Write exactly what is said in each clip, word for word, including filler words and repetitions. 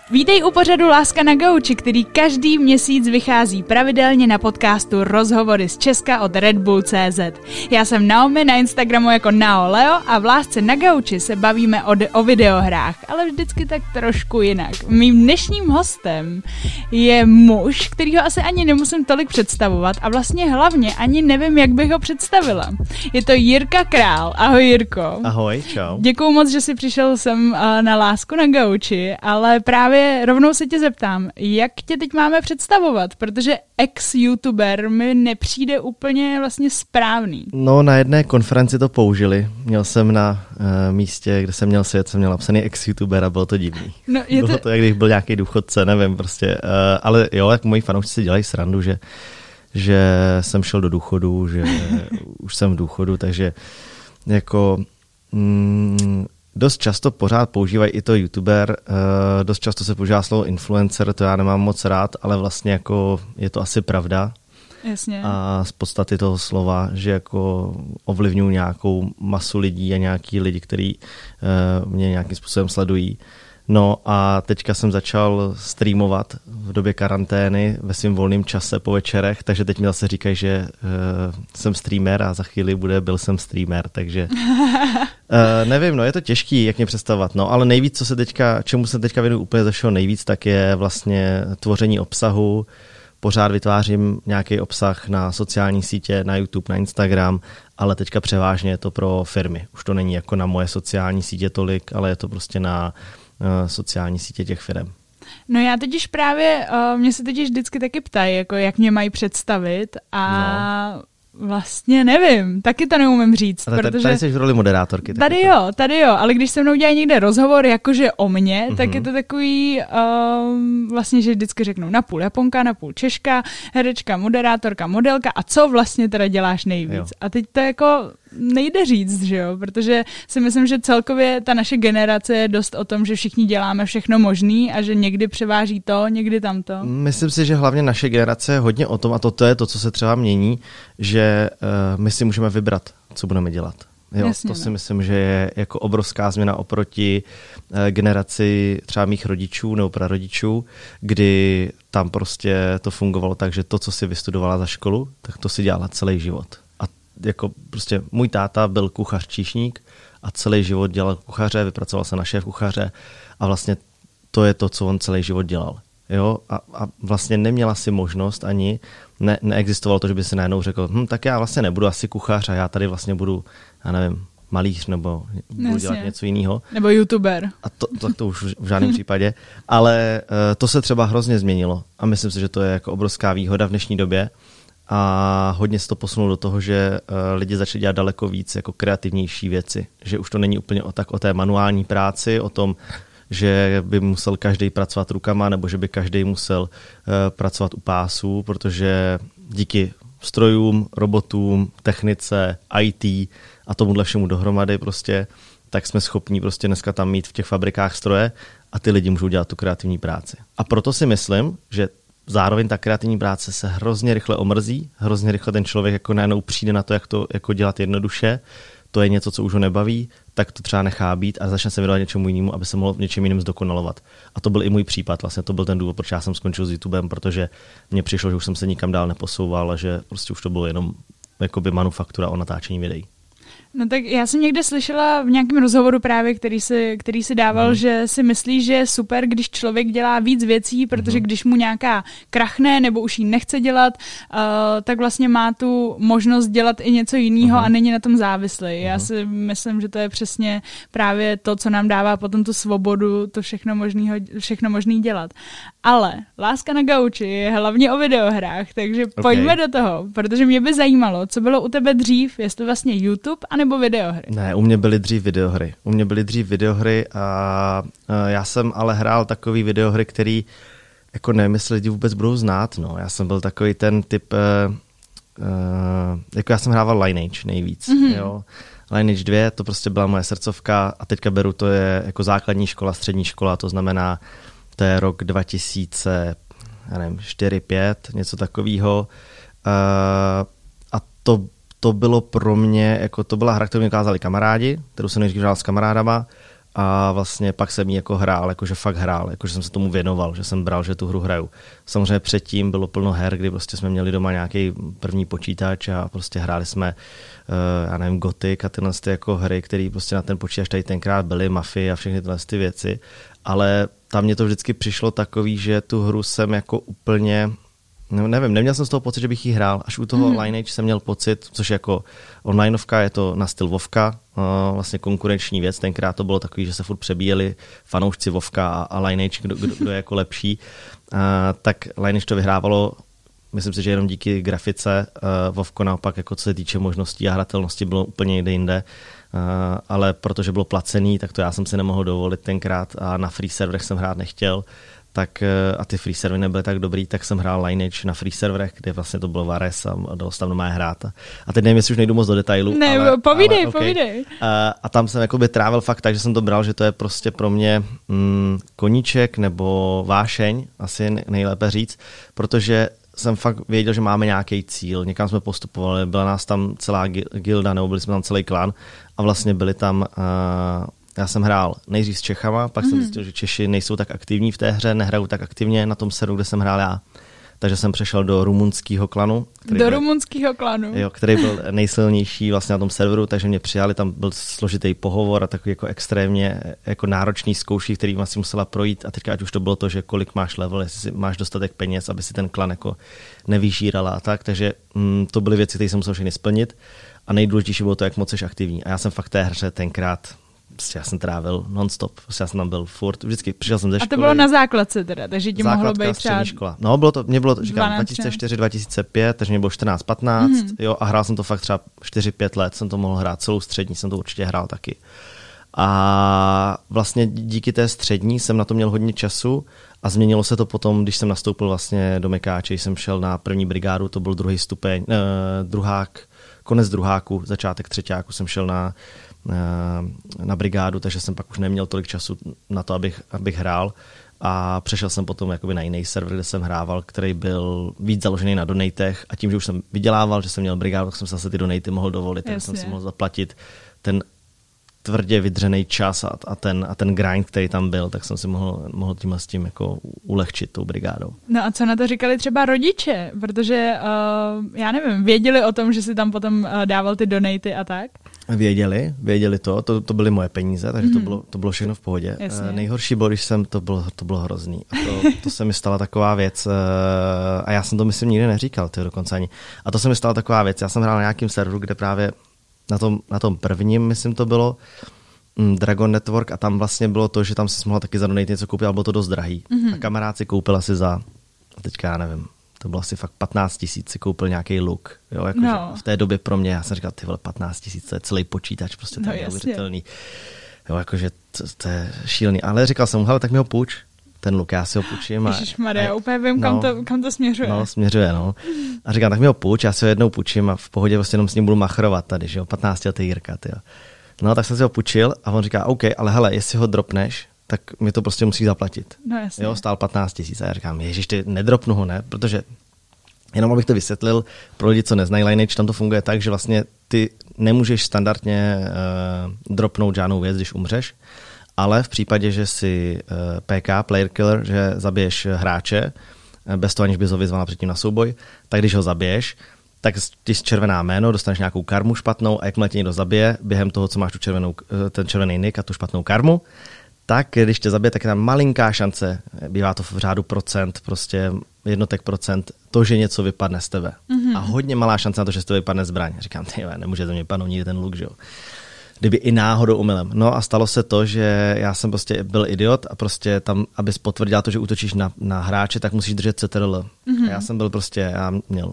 Vítej u pořadu Láska na gauči, který každý měsíc vychází pravidelně na podcastu Rozhovory z Česka od Red Bull tečka cé zet. Já jsem Naomi, na Instagramu jako Naoleo a v Lásce na gauči se bavíme o, de- o videohrách, ale vždycky tak trošku jinak. Mým dnešním hostem je muž, kterýho asi ani nemusím tolik představovat a vlastně hlavně ani nevím, jak bych ho představila. Je to Jirka Král. Ahoj, Jirko. Ahoj, čau. Děkuju moc, že jsi přišel sem na Lásku na gauči, ale právě rovnou se tě zeptám, jak tě teď máme představovat, protože ex-youtuber mi nepřijde úplně vlastně správný. No, na jedné konferenci to použili. Měl jsem na uh, místě, kde jsem měl svět, jsem měl napsaný ex-youtuber a bylo to divný. No, je bylo to... to, jak když byl nějaký důchodce, nevím prostě. Uh, ale jo, jak moji fanoušci si dělají srandu, že, že jsem šel do důchodu, že už jsem v důchodu, takže jako... Mm, dost často pořád používají i to youtuber, uh, dost často se používá slovo influencer, to já nemám moc rád, ale vlastně jako je to asi pravda. Jasně. A z podstaty toho slova, že jako ovlivňuji nějakou masu lidí a nějaký lidi, kteří uh, mě nějakým způsobem sledují. No a teďka jsem začal streamovat v době karantény ve svém volném čase po večerech, takže teď mi zase říkají, že uh, jsem streamer a za chvíli bude byl jsem streamer, takže uh, nevím, no je to těžký, jak mě představovat, no ale nejvíc, co se teďka, čemu se teďka věnuju úplně ze všeho nejvíc, tak je vlastně tvoření obsahu. Pořád vytvářím nějaký obsah na sociální sítě, na YouTube, na Instagram, ale teďka převážně je to pro firmy. Už to není jako na moje sociální sítě tolik, ale je to prostě na sociální sítě těch firm. No já totiž právě, uh, mě se totiž vždycky taky ptají, jako jak mě mají představit a no. Vlastně nevím, taky to neumím říct. Ale protože tady jsi v roli moderátorky. Tady to... jo, tady jo, ale když se mnou dělají někde rozhovor jakože o mně, mm-hmm. tak je to takový um, vlastně, že vždycky řeknou napůl Japonka, napůl Češka, herečka, moderátorka, modelka a co vlastně teda děláš nejvíc. Jo. A teď to jako nejde říct, že jo, protože si myslím, že celkově ta naše generace je dost o tom, že všichni děláme všechno možný a že někdy převáží to, někdy tamto. Myslím si, že hlavně naše generace je hodně o tom, a to, to je to, co se třeba mění, že uh, my si můžeme vybrat, co budeme dělat. Jo, Jasně, to si no. myslím, že je jako obrovská změna oproti uh, generaci třeba mých rodičů nebo prarodičů, kdy tam prostě to fungovalo tak, že to, co si vystudovala za školu, tak to si dělala celý život. Jako prostě můj táta byl kuchař číšník a celý život dělal kuchaře, vypracoval se na šéf kuchaře a vlastně to je to, co on celý život dělal. Jo? A, a vlastně neměla si možnost ani, ne, neexistovalo to, že by si najednou řekl, hm, tak já vlastně nebudu asi kuchař a já tady vlastně budu, já nevím, malíř nebo budu Jasně. dělat něco jiného. Nebo youtuber. A to, to, to už v žádném případě. Ale uh, to se třeba hrozně změnilo a myslím si, že to je jako obrovská výhoda v dnešní době. A hodně se to posunulo do toho, že uh, lidi začali dělat daleko víc jako kreativnější věci. Že už to není úplně o, tak o té manuální práci, o tom, že by musel každý pracovat rukama, nebo že by každý musel uh, pracovat u pásů, protože díky strojům, robotům, technice, í té a tomuhle všemu dohromady prostě, tak jsme schopní prostě dneska tam mít v těch fabrikách stroje a ty lidi můžou dělat tu kreativní práci. A proto si myslím, že zároveň ta kreativní práce se hrozně rychle omrzí, hrozně rychle ten člověk jako najednou přijde na to, jak to jako dělat jednoduše, to je něco, co už ho nebaví, tak to třeba nechá být a začne se věnovat něčemu jinému, aby se mohl něčím jiným zdokonalovat. A to byl i můj případ, vlastně to byl ten důvod, proč já jsem skončil s YouTubem, protože mně přišlo, že už jsem se nikam dál neposouval a že prostě už to bylo jenom jakoby manufaktura o natáčení videí. No tak já jsem někde slyšela v nějakém rozhovoru právě, který si, který si dával, mm. že si myslí, že je super, když člověk dělá víc věcí, protože mm. když mu nějaká krachne nebo už ji nechce dělat, uh, tak vlastně má tu možnost dělat i něco jiného mm. a není na tom závislý. Mm. Já si myslím, že to je přesně právě to, co nám dává potom tu svobodu, to všechno možný, všechno možný dělat. Ale Láska na gauči je hlavně o videohrách, takže okay. pojďme do toho, protože mě by zajímalo, co bylo u tebe dřív, jestli vlastně YouTube, anebo videohry. Ne, u mě byly dřív videohry. U mě byly dřív videohry a, a já jsem ale hrál takový videohry, který jako nevím, jestli lidi vůbec budou znát. No. Já jsem byl takový ten typ, uh, uh, jako já jsem hrával Lineage nejvíc. Mm-hmm. Jo. Lineage dva, to prostě byla moje srdcovka a teďka beru, to je jako základní škola, střední škola, to znamená, to je rok dva tisíce čtyři pět, něco takového. Uh, a to to bylo pro mě, jako to byla hra, kterou mi ukázali kamarádi, kterou jsem nejdřív hrál s kamarádama a vlastně pak jsem jí jako hrál, jakože fakt hrál, jakože jsem se tomu věnoval, že jsem bral, že tu hru hraju. Samozřejmě předtím bylo plno her, kdy prostě jsme měli doma nějaký první počítač a prostě hráli jsme, uh, já nevím, Gothic a tyhle ty jako hry, které prostě na ten počítač tady tenkrát byly, Mafii a všechny tyhle ty věci, ale tam mě to vždycky přišlo takový, že tu hru jsem jako úplně... No, nevím, neměl jsem z toho pocit, že bych jí hrál. Až u toho mm. Lineage jsem měl pocit, což jako onlineovka, je to na styl Vovka, vlastně konkurenční věc. Tenkrát to bylo takový, že se furt přebíjeli fanoušci Vovka a, a Lineage, kdo, kdo, kdo je jako lepší. A, tak Lineage to vyhrávalo, myslím si, že jenom díky grafice. A Vovko naopak, jako co se týče možností a hratelnosti, bylo úplně někde jinde. A, ale protože bylo placený, tak to já jsem si nemohl dovolit tenkrát a na free serverech jsem hrát nechtěl. Tak a ty free servery nebyly tak dobrý, tak jsem hrál Lineage na free serverech, kde vlastně to bylo Vares a dalo se tam normálně hrát. A teď nevím, jestli už nejdu moc do detailu. Ne, ale, povídej, ale, okay. povídej. A, a tam jsem jakoby trávil fakt tak, že jsem to bral, že to je prostě pro mě mm, koníček nebo vášeň, asi nejlépe říct, protože jsem fakt věděl, že máme nějaký cíl, někam jsme postupovali, byla nás tam celá gilda, nebo byli jsme tam celý klan a vlastně byli tam... Uh, Já jsem hrál nejdřív s Čechama, pak mm. jsem zjistil, že Češi nejsou tak aktivní v té hře, nehrajou tak aktivně na tom serveru, kde jsem hrál já. Takže jsem přešel do rumunského klanu. Do byl, rumunského klanu. Jo, který byl nejsilnější vlastně na tom serveru, takže mě přijali, tam byl složitý pohovor a takový jako extrémně jako náročný zkoušky, který asi musela projít. A teďka ať už to bylo to, že kolik máš level, jestli máš dostatek peněz, aby si ten klan jako nevyžírala a tak. Takže mm, to byly věci, které jsem musel všechny splnit. A nejdůležitější bylo to, jak moc jsi aktivní. A já jsem fakt té hře tenkrát já jsem trávil non-stop, já jsem tam byl furt, vždycky přišel jsem ze školy. A to bylo na základce teda, takže ti mohlo být třeba... škola. No, bylo to, mě bylo to, říkám, dva tisíce čtyři dva tisíce pět, takže mě bylo čtrnáct patnáct, mm-hmm. jo, a hrál jsem to fakt třeba čtyři pět let, jsem to mohl hrát, celou střední jsem to určitě hrál taky. A vlastně díky té střední jsem na to měl hodně času a změnilo se to potom, když jsem nastoupil vlastně do Mekáče, jsem šel na první brigádu, to byl druhý stupeň, eh, druhák, konec druháku, začátek třetíku jsem šel na na brigádu, takže jsem pak už neměl tolik času na to, abych, abych hrál a přešel jsem potom jakoby na jiný server, kde jsem hrával, který byl víc založený na donatech a tím, že už jsem vydělával, že jsem měl brigádu, tak jsem zase ty donaty mohl dovolit, tak jsem si mohl zaplatit ten tvrdě vydřený čas a, a, ten, a ten grind, který tam byl, tak jsem si mohl, mohl tím s tím jako ulehčit tou brigádou. No a co na to říkali třeba rodiče? Protože, uh, já nevím, věděli o tom, že si tam potom uh, dával ty donaty a tak? Věděli, věděli to, to, to byly moje peníze, takže mm. to, bylo, to bylo všechno v pohodě. Uh, nejhorší bylo, když jsem, to bylo, to bylo hrozný. A to, to se mi stala taková věc, uh, a já jsem to myslím nikdy neříkal, ty dokonce ani. A to se mi stala taková věc, já jsem hrál na nějakým serveru, kde právě Na tom, na tom prvním, myslím to bylo, Dragon Network a tam vlastně bylo to, že tam si mohla taky za donate něco koupit, ale bylo to dost drahý. Mm-hmm. A kamarád si koupil asi za, teďka já nevím, to bylo asi fakt patnáct tisíc, si koupil nějaký look. Jo, jako no. V té době pro mě, já jsem říkal, ty vole, patnáct tisíc, to je celý počítač, prostě to je no, neuvěřitelný. Jo, jakože to, to je šílený. Ale říkal jsem mu, hele, tak mi ho půjč. Ten look, já si ho půjčím. Ježišmarja, úplně vím, kam, no, to, kam to směřuje. No, směřuje, no. A říkám, tak mi ho půjč, já si ho jednou půjčím a v pohodě prostě jenom s ním budu machrovat tady, že jo, patnáctiletý Jirka, tyjo. No, tak jsem si ho půjčil a on říká, OK, ale hele, jestli ho dropneš, tak mi to prostě musí zaplatit. No, jasně. Jo, stál patnáct tisíc a já říkám, ježiš, ty nedropnu ho, ne, protože jenom abych to vysvětlil, pro lidi, co neznají Lineage, tam to funguje tak, že vlastně ty nemůžeš standardně uh, dropnout žádnou věc, když umřeš, ale v případě, že si uh, P K, player killer, že zabiješ hráče, bez toho, aniž bys ho vyzval předtím na souboj, tak když ho zabiješ, tak ti červená jméno, dostaneš nějakou karmu špatnou a jakmile tě někdo zabije, během toho, co máš tu červenou, ten červený nick a tu špatnou karmu, tak když tě zabije, tak je tam malinká šance, bývá to v řádu procent, prostě jednotek procent, to, že něco vypadne z tebe. Mm-hmm. A hodně malá šance na to, že z tebe vypadne zbraň. Říkám, ty nemůže to mě padnout nikdy ten luk, že jo. Kdyby i náhodou omylem. No a stalo se to, že já jsem prostě byl idiot a prostě tam, abys potvrdil to, že útočíš na, na hráče, tak musíš držet C T R L. Mm-hmm. A já jsem byl prostě, já měl,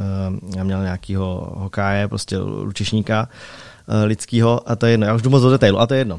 já měl nějakýho hokáje, prostě lučišníka lidskýho a to je jedno, já už jdu moc do detailu, a to je jedno. Uh,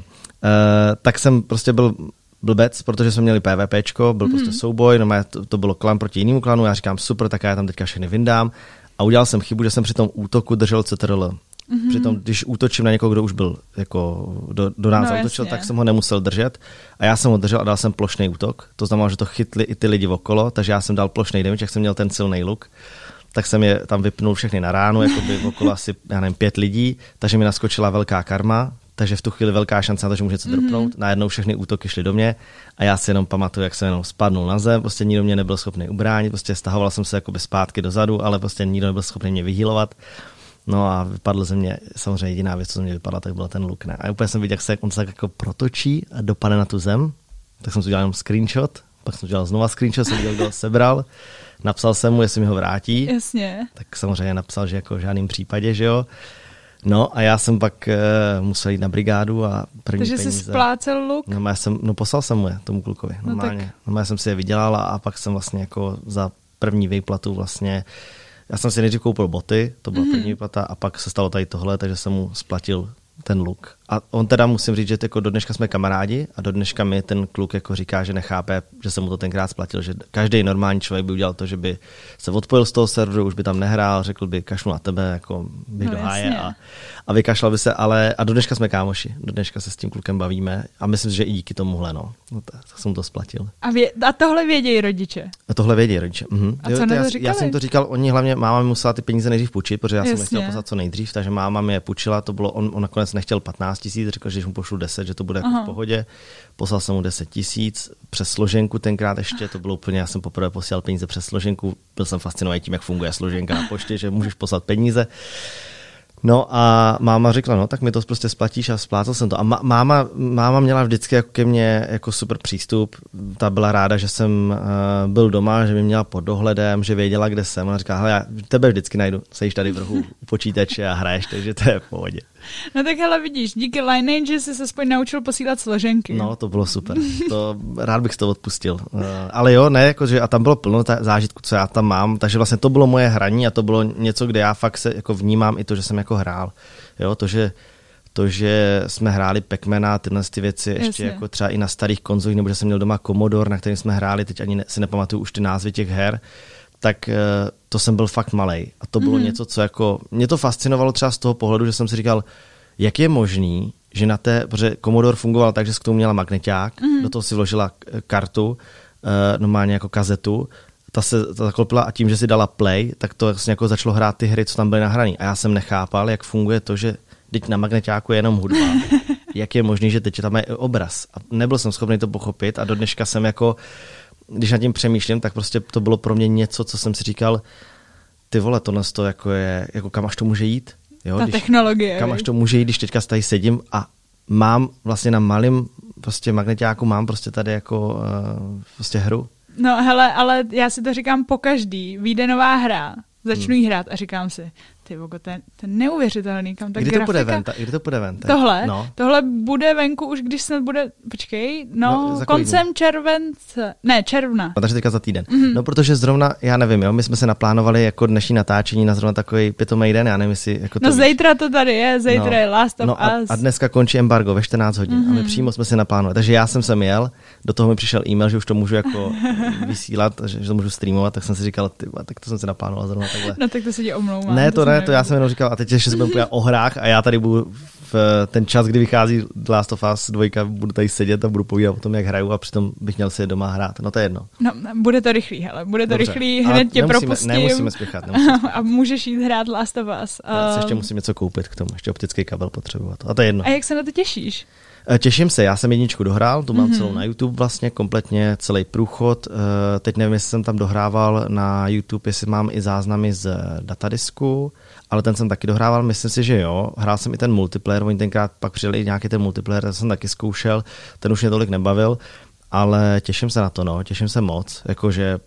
tak jsem prostě byl blbec, protože jsme měli PvPčko, byl mm-hmm. prostě souboj, no to, to bylo klan proti jinému klanu, já říkám super, tak já tam teďka všechny vyndám a udělal jsem chybu, že jsem při tom útoku držel C T R L. Mm-hmm. Přitom, když útočím na někoho, kdo už byl jako do, do nás no, zautočil, tak jsem ho nemusel držet a já jsem ho držel a dal jsem plošný útok. To znamená, že to chytli i ty lidi okolo, takže já jsem dal plošný damage, jak jsem měl ten silný luk, tak jsem je tam vypnul všechny na ránu, jako by okolo asi, já nevím, pět lidí, takže mi naskočila velká karma, takže v tu chvíli velká šance na to, že může něco dropnout. Mm-hmm. Najednou všechny útoky šly do mě a já si jenom pamatuju, jak jsem jenom spadnul na zem, prostě nikdo mě nebyl schopný ubránit, prostě stahoval jsem se jakoby zpátky dozadu, ale prostě nikdo nebyl schopný mě vyhýlovat. No a vypadl ze mě, samozřejmě jediná věc, co ze mě vypadla, tak byl ten luk. Ne? A úplně jsem viděl, jak se on se tak jako protočí a dopadne na tu zem, tak jsem si udělal jenom screenshot, pak jsem udělal znova screenshot, jsem viděl, kdo ho sebral, napsal jsem mu, jestli mi ho vrátí. Jasně. Tak samozřejmě napsal, že jako v žádném případě, že jo. No a já jsem pak uh, musel jít na brigádu a první Takže peníze. Takže jsi splácel luk? No, já jsem, no poslal jsem mu je, tomu klukovi, normálně. No, tak... no, já jsem si je vydělal a, a pak jsem vlastně jako za první výplatu vlastně, já jsem si nejdřív koupil boty, to byla mm. první výplata a pak se stalo tady tohle, takže jsem mu splatil ten luk. A on teda musím říct, že jako do dneška jsme kamarádi a do dneška mi ten kluk jako říká, že nechápe, že jsem mu to tenkrát splatil, že každý normální člověk by udělal to, že by se odpojil z toho serveru, už by tam nehrál, řekl by kašlu na tebe, jako bych no, do háje a, a vykašlal by se, ale a do dneška jsme kámoši, do dneška se s tím klukem bavíme a myslím, že i díky tomuhle, no, no tak, tak jsem to splatil. A, vě, a tohle vědějí rodiče? A tohle vědějí rodiče. Mhm. A co jo, to já, říkali? Já jsem to říkal, oni hlavně, máma mi musela ty peníze nejdřív půjčit, protože já jsem Jasně. nechtěl poslat co nejdřív, takže máma mi je půjčila, to bylo, on, on nakonec nechtěl patnáct tisíc, řekl, že když mu pošlu deset, že to bude jako v pohodě. Poslal jsem mu deset tisíc přes složenku tenkrát ještě, to bylo úplně, já jsem poprvé posílal peníze přes složenku, byl jsem fascinovaný tím, jak funguje složenka na poště, že můžeš poslat peníze. No a máma řekla, no tak mi to prostě splatíš a splácal jsem to. A máma, máma měla vždycky jako ke mně jako super přístup. Ta byla ráda, že jsem uh, byl doma, že mě měla pod dohledem, že věděla, kde jsem. Ona říká, hele, já tebe vždycky najdu, seš tady v rohu u počítače a hraješ, takže to je v pohodě. No tak hele, vidíš, díky Lineage jsi se aspoň naučil posílat složenky. No, to bylo super. To, rád bych to odpustil. Uh, ale jo, ne, jakože, a tam bylo plno zážitků, co já tam mám, takže vlastně to bylo moje hraní a to bylo něco, kde já fakt se jako vnímám i to, že jsem jako hrál. Jo, to, že to, že jsme hráli Pac-Mana, tyhle ty věci, ještě Jasně. jako třeba i na starých konzolích, nebo že jsem měl doma Commodore, na kterém jsme hráli, teď ani ne, si nepamatuju už ty názvy těch her, tak uh, to jsem byl fakt malej. A to bylo mm. něco, co jako, mě to fascinovalo třeba z toho pohledu, že jsem si říkal, jak je možný, že na té, protože Commodore fungoval tak, že jsi k tomu měla magneťák, mm. do toho si vložila kartu, uh, normálně jako kazetu, ta se ta zaklopila a tím, že si dala play, tak to vlastně jako začalo hrát ty hry, co tam byly nahraný. A já jsem nechápal, jak funguje to, že teď na magneťáku je jenom hudba. Jak je možný, že teď tam je obraz. A nebyl jsem schopný to pochopit a do dneška jsem jako, když nad tím přemýšlím, tak prostě to bylo pro mě něco, co jsem si říkal, ty vole, tohle to jako je, jako kam až to může jít? Jo, ta když, technologie. Kam až to může jít, když teďka tady sedím a mám vlastně na malým prostě magneťáku, mám prostě tady jako uh, prostě hru. No hele, ale já si to říkám pokaždý, vyjde nová hra, začnu jí hrát a říkám si, ty vogo, to je, to je neuvěřitelný, kam ta kdy grafika... To bude ven, ta, kdy to bude ven? Tohle? No. Tohle bude venku už, když snad bude, počkej, no, no koncem července, ne, června. No, takže teďka za týden. Mm-hmm. No, protože zrovna, já nevím, jo, my jsme se naplánovali jako dnešní natáčení na zrovna takový pitomý den, já nevím, jestli jako to No víš. Zítra to tady je, zítra no. je Last of no, a, Us. A dneska končí embargo ve čtrnáct hodin mm-hmm. a my přímo jsme si naplánovali, takže já jsem sem jel, do toho mi přišel e-mail, že už to můžu jako vysílat, že, že to můžu streamovat, tak jsem si říkal, ty, tak to jsem si naplánoval zrovna takhle. No tak to se ti omlouvám. Ne, to, to ne, to já jsem jenom říkal, a teď ještě se budeme povědět o hrách a já tady budu v ten čas, kdy vychází Last of Us dvojka, budu tady sedět a budu povídat o tom, jak hraju a přitom bych měl si doma hrát. No to je jedno. No, bude to rychlý, hele, bude to Dobře, rychlý, hned tě nemusíme, propustím. Nemusíme spěchat. Nemusíme spěchat. A můžeš jít hrát Last of Us. Já si ještě musím něco koupit k tomu, ještě optický kabel potřebuji. A to je jedno. A jak se na to těšíš? Těším se, já jsem jedničku dohrál, tu mám mm-hmm. celou na YouTube vlastně, kompletně celý průchod. Teď nevím, jestli jsem tam dohrával na YouTube, jestli mám i záznamy z datadisku, ale ten jsem taky dohrával, myslím si, že jo. Hrál jsem i ten multiplayer, oni tenkrát pak přijeli nějaký ten multiplayer, ten jsem taky zkoušel, ten už mě tolik nebavil, ale těším se na to, no, těším se moc, jakože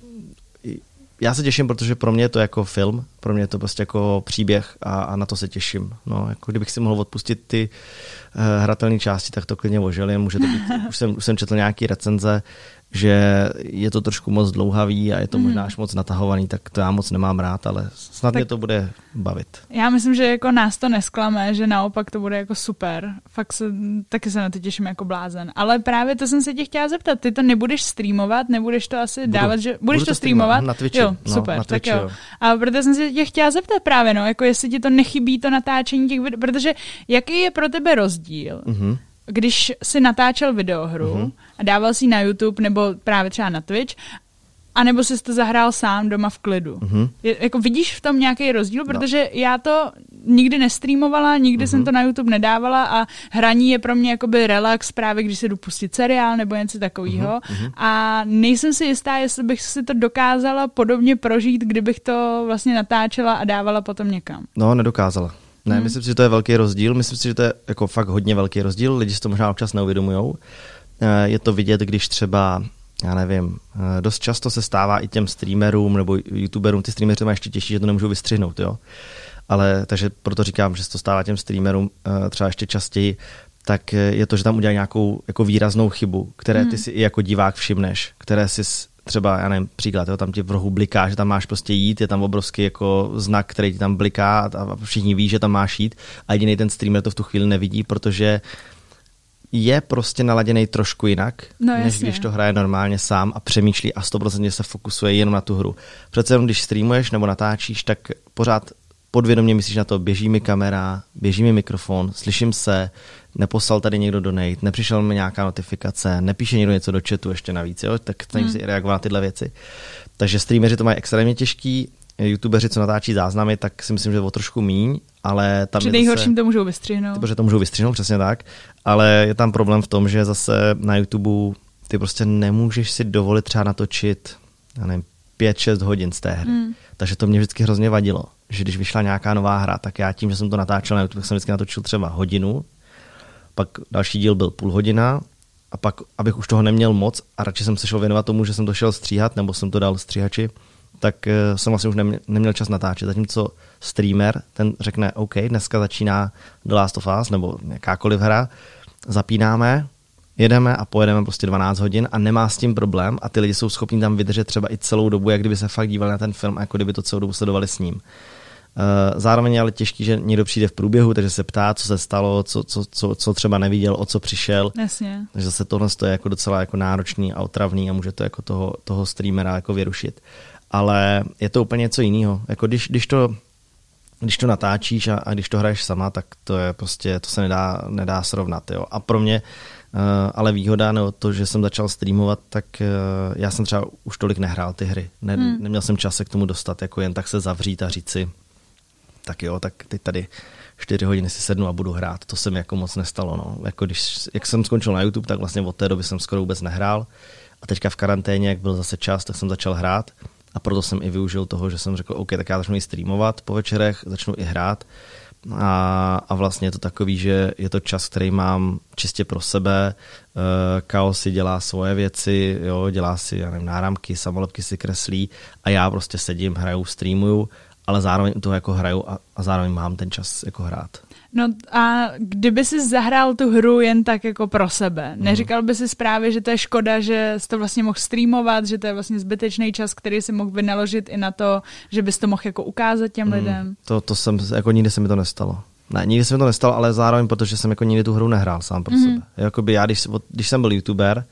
já se těším, protože pro mě je to jako film, pro mě je to prostě jako příběh a, a na to se těším. No, jako kdybych si mohl odpustit ty uh, hratelné části, tak to klidně oželím. Může to být, už jsem, už jsem četl nějaký recenze, že je to trošku moc dlouhavý a je to mm. možná až moc natahovaný, tak to já moc nemám rád, ale snad tak mě to bude bavit. Já myslím, že jako nás to nesklame, že naopak to bude jako super. Fakt se, taky se na to těším jako blázen. Ale právě to jsem se tě chtěla zeptat. Ty to nebudeš streamovat, nebudeš to asi Budu. dávat, že budeš to streamovat? Na Twitchi. Jo, no, super, na Twitchi, tak jo. jo. A protože jsem se tě chtěla zeptat právě, no, jako jestli ti to nechybí to natáčení těch videí, protože jaký je pro tebe rozdíl? Mm-hmm. Když si natáčel videohru uh-huh. a dával si ji na YouTube nebo právě třeba na Twitch A nebo jsi to zahrál sám doma v klidu. Mm-hmm. Je, jako vidíš v tom nějaký rozdíl? Protože no. já to nikdy nestreamovala, nikdy mm-hmm. jsem to na YouTube nedávala a hraní je pro mě jakoby relax právě, když se jdu pustit seriál nebo něco takového. Mm-hmm. A nejsem si jistá, jestli bych si to dokázala podobně prožít, kdybych to vlastně natáčela a dávala potom někam. No, nedokázala. Ne, hmm. myslím si, že to je velký rozdíl. Myslím si, že to je jako fakt hodně velký rozdíl. Lidi si to možná občas neuvědomujou. Je to vidět, když třeba, já nevím, dost často se stává i těm streamerům nebo youtuberům, ty streameři to mají ještě těžší, že to nemůžou vystřihnout, jo. Ale takže proto říkám, že se to stává těm streamerům třeba ještě častěji, tak je to, že tam udělají nějakou jako výraznou chybu, které ty si i jako divák všimneš, které si třeba, já nevím, příklad, jo, tam ti v rohu bliká, že tam máš prostě jít, je tam obrovský jako znak, který ti tam bliká a všichni ví, že tam máš jít a jediný ten streamer to v tu chvíli nevidí, protože je prostě naladěný trošku jinak, no, než když to hraje normálně sám a přemýšlí a sto procent se fokusuje jenom na tu hru. Přece jenom když streamuješ nebo natáčíš, tak pořád podvědomě myslíš na to, běží mi kamera, běží mi mikrofon, slyším se, neposlal tady někdo donate, nepřišel mi nějaká notifikace, nepíše někdo něco do chatu ještě navíc, jo? Tak snažím hmm. si reagovat na tyhle věci. Takže streameři to mají extrémně těžký, youtubeři, co natáčí záznamy, tak si myslím, že o trošku míň, ale tam při nejhorším to můžou vystřihnout. Protože to můžou vystřihnout, přesně tak, ale je tam problém v tom, že zase na YouTube ty prostě nemůžeš si dovolit třeba natočit, já nevím, pět šest hodin z té hry. Hmm. Takže to mě vždycky hrozně vadilo, že když vyšla nějaká nová hra, tak já tím, že jsem to natáčel na YouTube, tak jsem vždycky natočil třeba hodinu, pak další díl byl půl hodina a pak, abych už toho neměl moc a radši jsem se šel věnovat tomu, že jsem to šel stříhat, nebo jsem to dal stříhači, tak uh, jsem vlastně už neměl, neměl čas natáčet. Zatímco streamer, ten řekne, OK, dneska začíná The Last of Us, nebo jakákoliv hra, zapínáme, jedeme a pojedeme prostě dvanáct hodin a nemá s tím problém a ty lidi jsou schopni tam vydržet třeba i celou dobu, jak kdyby se fakt dívali na ten film a jako kdyby to celou dobu sledovali s ním. Zároveň je ale těžký, že někdo přijde v průběhu, takže se ptá, co se stalo, co, co, co, co třeba neviděl, o co přišel. Jasně. Takže zase tohle je jako docela jako náročný a otravný a může to jako toho, toho streamera jako vyrušit. Ale je to úplně něco jiného. Jako když, když to Když to natáčíš a, a když to hraješ sama, tak to je prostě, to se nedá, nedá srovnat. Jo. A pro mě uh, ale výhoda, nebo to, že jsem začal streamovat, tak uh, já jsem třeba už tolik nehrál ty hry. Ne, hmm. Neměl jsem čas se k tomu dostat, jako jen tak se zavřít a říct si, tak jo, tak teď tady čtyři hodiny si sednu a budu hrát. To se mi jako moc nestalo. No. Jako když, jak jsem skončil na YouTube, tak vlastně od té doby jsem skoro vůbec nehrál. A teďka v karanténě, jak byl zase čas, tak jsem začal hrát. A proto jsem i využil toho, že jsem řekl, OK, tak já začnu i streamovat po večerech, začnu i hrát. A, a vlastně je to takový, že je to čas, který mám čistě pro sebe. Kao si dělá svoje věci, jo, dělá si, já nevím, náramky, samolepky si kreslí a já prostě sedím, hraju, streamuju, ale zároveň toho jako hraju a, a zároveň mám ten čas jako hrát. No a kdyby si zahrál tu hru jen tak jako pro sebe, neříkal by si právě, že to je škoda, že jsi to vlastně mohl streamovat, že to je vlastně zbytečný čas, který si mohl vynaložit i na to, že bys to mohl jako ukázat těm mm, lidem? To, to jsem, jako nikdy se mi to nestalo. Ne, nikdy se mi to nestalo, ale zároveň, protože jsem jako nikdy tu hru nehrál sám pro mm. sebe. Jakoby já, když, když jsem byl youtuber,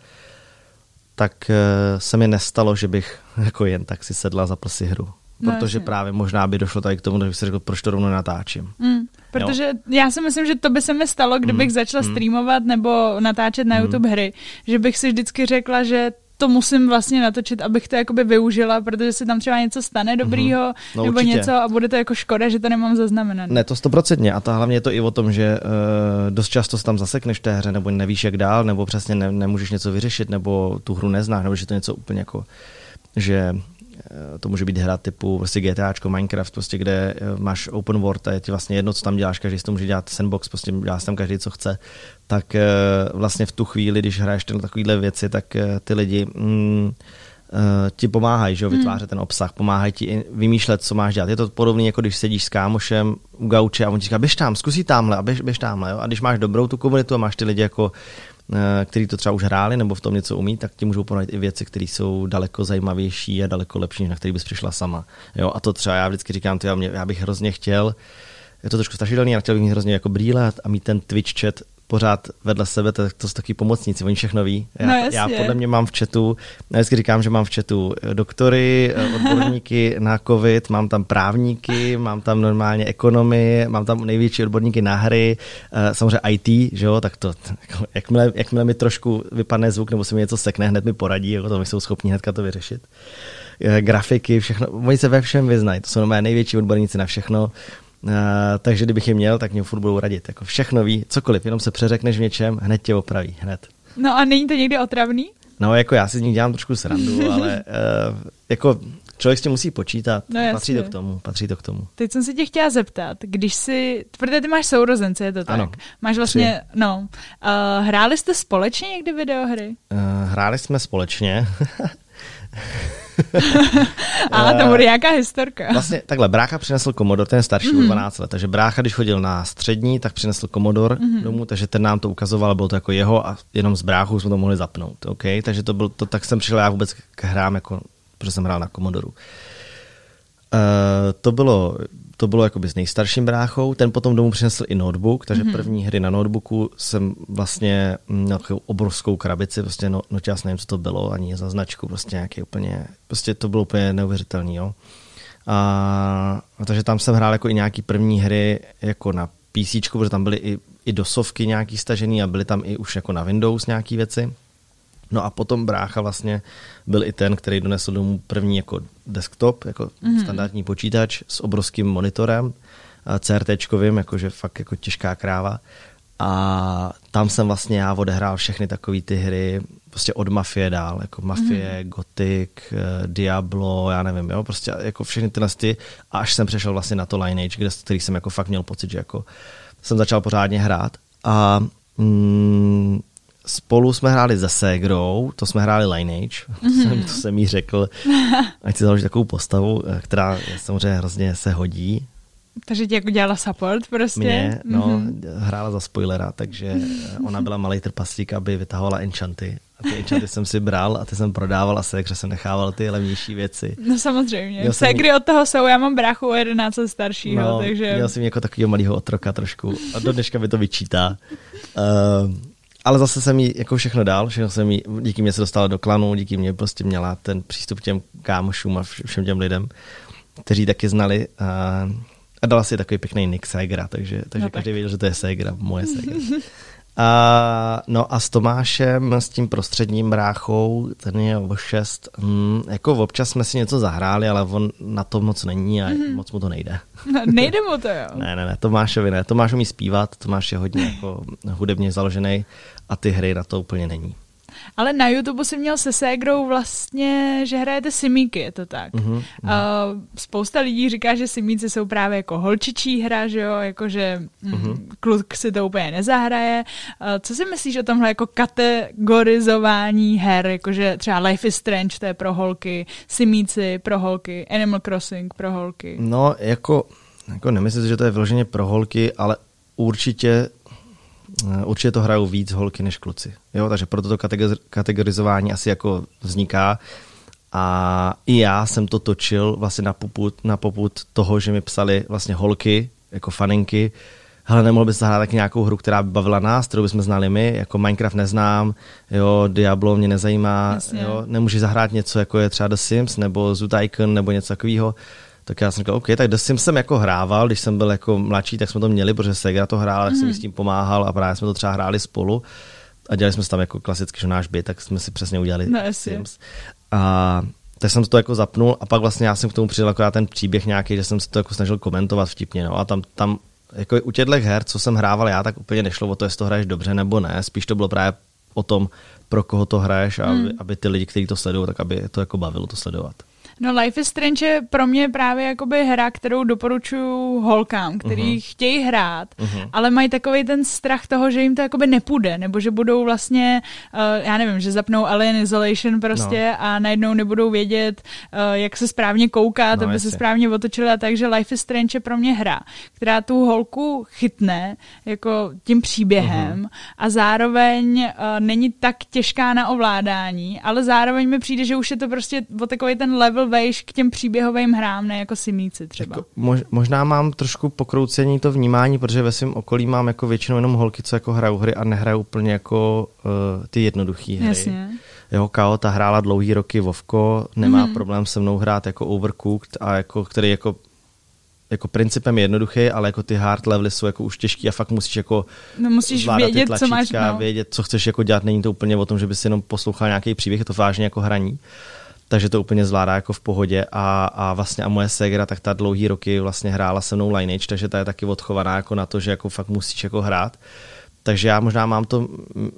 tak uh, se mi nestalo, že bych jako jen tak si sedla za si hru. Protože no, právě možná by došlo tady k tomu, že bych si řekl, proč to rovnou natáčím. Mm, protože jo. Já si myslím, že to by se mi stalo, kdybych mm, začala mm. streamovat nebo natáčet na mm. YouTube hry, že bych si vždycky řekla, že to musím vlastně natočit, abych to jakoby využila, protože se tam třeba něco stane dobrýho, mm-hmm. no, nebo určitě. Něco a bude to jako škoda, že to nemám zaznamenat. Ne, to stoprocentně. A to hlavně je to i o tom, že uh, dost často se tam zasekneš v té hře, nebo nevíš jak dál, nebo přesně ne, nemůžeš něco vyřešit, nebo tu hru neznáš, nebo že to něco úplně jako, že to může být hra typu prostě GTAčko, Minecraft, prostě, kde máš open world a je ti vlastně jedno, co tam děláš, každý si to může dělat sandbox, prostě dělá tam každý, co chce, tak vlastně v tu chvíli, když hraješ tyhle takovýhle věci, tak ty lidi mm, ti pomáhají, že jo, vytvářet hmm. ten obsah, pomáhají ti vymýšlet, co máš dělat. Je to podobné, jako když sedíš s kámošem u gauče a on ti říká, běž tam, zkusí tamhle a běž, běž tamhle, jo? A když máš dobrou tu komunitu a máš ty lidi jako který to třeba už hráli nebo v tom něco umí, tak ti můžou poradit i věci, které jsou daleko zajímavější a daleko lepší, na který bys přišla sama. Jo, a to třeba já vždycky říkám, tyjo, mě, já bych hrozně chtěl, je to trošku strašidelný, ale chtěl bych mít hrozně jako brýle a mít ten Twitch chat pořád vedle sebe, to, to jsou taky pomocníci, oni všechno ví. Já, no já podle mě mám v chatu, já vždycky říkám, že mám v chatu doktory, odborníky na covid, mám tam právníky, mám tam normálně ekonomy, mám tam největší odborníky na hry, samozřejmě í té, že jo, tak to, jakmile, jakmile mi trošku vypadne zvuk, nebo se mi něco sekne, hned mi poradí, jako to my jsou schopni hnedka to vyřešit. Grafiky, všechno, oni se ve všem vyznají, to jsou normálně největší odborníci na všechno. Uh, takže kdybych je měl, tak mě furt budou radit. Jako všechno ví, cokoliv, jenom se přeřekneš v něčem, hned tě opraví, hned. No a není to někdy otravný? No jako já si z nich dělám trošku srandu, ale uh, jako člověk s tím musí počítat. No, patří to k tomu, patří to k tomu. Teď jsem se tě chtěla zeptat, když si, protože ty máš sourozence, je to tak? Ano. Máš vlastně, tři. no, uh, hráli jste společně někdy videohry? Uh, hráli jsme společně. Ale to bude nějaká historka. Vlastně takhle, brácha přinesl Commodore, ten je starší mm-hmm. o dvanáct let, takže brácha, když chodil na střední, tak přinesl Commodore mm-hmm. domů, takže ten nám to ukazoval, bylo to jako jeho a jenom s bráchou jsme to mohli zapnout, okay? Takže to byl, to, tak jsem přišel já vůbec k hrám, jako, protože jsem hrál na Commodoru. Uh, to bylo, to bylo jakoby s nejstarším bráchou, ten potom domů přinesl i notebook, takže mm-hmm. první hry na notebooku jsem vlastně měl takovou obrovskou krabici, prostě no, no já nevím, co to bylo, ani za značku, prostě nějaký úplně, prostě to bylo úplně neuvěřitelný, jo. A, a takže tam jsem hrál jako i nějaký první hry jako na PCčku, protože tam byly i, i dosovky nějaký stažený a byly tam i už jako na Windows nějaký věci. No a potom brácha vlastně byl i ten, který donesl domů první jako desktop, jako mm-hmm. standardní počítač s obrovským monitorem, CRTčkovým, jakože fakt jako těžká kráva. A tam jsem vlastně já odehrál všechny takové ty hry, prostě od Mafie dál, jako Mafie, mm-hmm. Gothic, Diablo, já nevím, jo, prostě jako všechny tyhle ty, a až jsem přešel vlastně na to Lineage, kde, který jsem jako fakt měl pocit, že jako jsem začal pořádně hrát. A mm, spolu jsme hráli se Segrou, to jsme hráli Lineage, mm-hmm. to jsem jí řekl, ať si založit takovou postavu, která samozřejmě hrozně se hodí. Takže ti jako dělala support prostě? Mě, no, mm-hmm. hrála za spoilera, takže ona byla malej trpaslík, aby vytahovala enchanty. A ty enchanty jsem si bral a ty jsem prodával a Segře jsem nechával ty levnější věci. No samozřejmě. Segry od toho jsou, já mám bráchu o jedenáct let staršího, no, takže... měl jsem jako takovýho malýho otroka trošku a do dneška mi to vyčítá. Uh, ale zase jsem jí jako všechno dal, všechno jsem jí, díky mě se dostala do klanu, díky mě prostě měla ten přístup k těm kámošům a všem těm lidem, kteří taky znali. Uh, A dala si takový pěkný nick Segra, takže, takže no každý věděl, že to je Segra, moje Segra. A, no a s Tomášem, s tím prostředním bráchou, ten je o šest, hm, jako občas jsme si něco zahráli, ale on na to moc není a mm-hmm. moc mu to nejde. No, nejde mu to, jo? ne, ne, ne, Tomášovi ne. Tomáš umí zpívat, Tomáš je hodně jako hudebně založený a ty hry na to úplně není. Ale na YouTube si měl se Ségrou vlastně, že hrajete simíky, je to tak. Mm-hmm. Uh, spousta lidí říká, že simíci jsou právě jako holčičí hra, že jo, jakože mm-hmm. kluk si to úplně nezahraje. Uh, co si myslíš o tomhle jako kategorizování her, jakože třeba Life is Strange, to je pro holky, simíci pro holky, Animal Crossing pro holky? No, jako, jako nemyslím si, že to je vyloženě pro holky, ale určitě Určitě to hrajou víc holky než kluci. Jo? Takže proto to kategorizování asi jako vzniká. A i já jsem to točil vlastně na popud, na popud toho, že mi psali vlastně holky, jako faninky. Hele, nemohl bys zahrát taky nějakou hru, která by bavila nás, kterou bychom znali my, jako Minecraft neznám, jo, Diablo mě nezajímá, jo, nemůžeš zahrát něco, jako je třeba The Sims, nebo Zoo Tycoon, nebo něco takového. Tak já jsem říkal, OK, tak The Sims jsem jako hrával, když jsem byl jako mladší, tak jsme to měli, protože Segra to hrála, tak mm. jsem mi s tím pomáhal a právě jsme to třeba hráli spolu a dělali jsme si tam jako klasicky náš byt, tak jsme si přesně udělali no, Sims. A tak jsem to jako zapnul a pak vlastně já jsem k tomu přidal akorát ten příběh nějaký, že jsem se to jako snažil komentovat vtipně, no a tam, tam jako u těchto her, co jsem hrával já, tak úplně nešlo o to, jestli to hraješ dobře nebo ne, spíš to bylo právě o tom, pro koho to hraješ a mm. aby, aby ty lidi, kteří to sledují, tak aby to jako bavilo to sledovat. No Life is Strange je pro mě právě jakoby hra, kterou doporučuji holkám, který uh-huh. chtějí hrát, uh-huh. ale mají takovej ten strach toho, že jim to jakoby nepůjde, nebo že budou vlastně, uh, já nevím, že zapnou Alien Isolation prostě no. a najednou nebudou vědět, uh, jak se správně koukat, no, aby jasně. se správně otočili a tak, že Life is Strange je pro mě hra, která tu holku chytne jako tím příběhem uh-huh. a zároveň uh, není tak těžká na ovládání, ale zároveň mi přijde, že už je to prostě o takovej ten level vejš k těm příběhovým hrám, ne jako simíci třeba. Jako, mož, možná mám trošku pokroucení to vnímání, protože ve svém okolí mám jako většinou jenom holky, co jako hrajou hry a nehrajou úplně jako uh, ty jednoduché hry. Jasně. Jeho Kao, ta hrála dlouhý roky Vovko, nemá mm. problém se mnou hrát jako Overcooked, a jako, který jako, jako principem je jednoduchý, ale jako ty hard levely jsou jako už těžký a fakt musíš jako no, musíš vědět, tlačítka, co máš, no. vědět, co chceš jako dělat, není to úplně o tom, že bys jenom poslouchal nějaký příběh, je to vážně jako hraní. Takže to úplně zvládá jako v pohodě a, a vlastně a moje ségra, tak ta dlouhý roky vlastně hrála se mnou Lineage, takže ta je taky odchovaná jako na to, že jako fakt musíš jako hrát. Takže já možná mám to,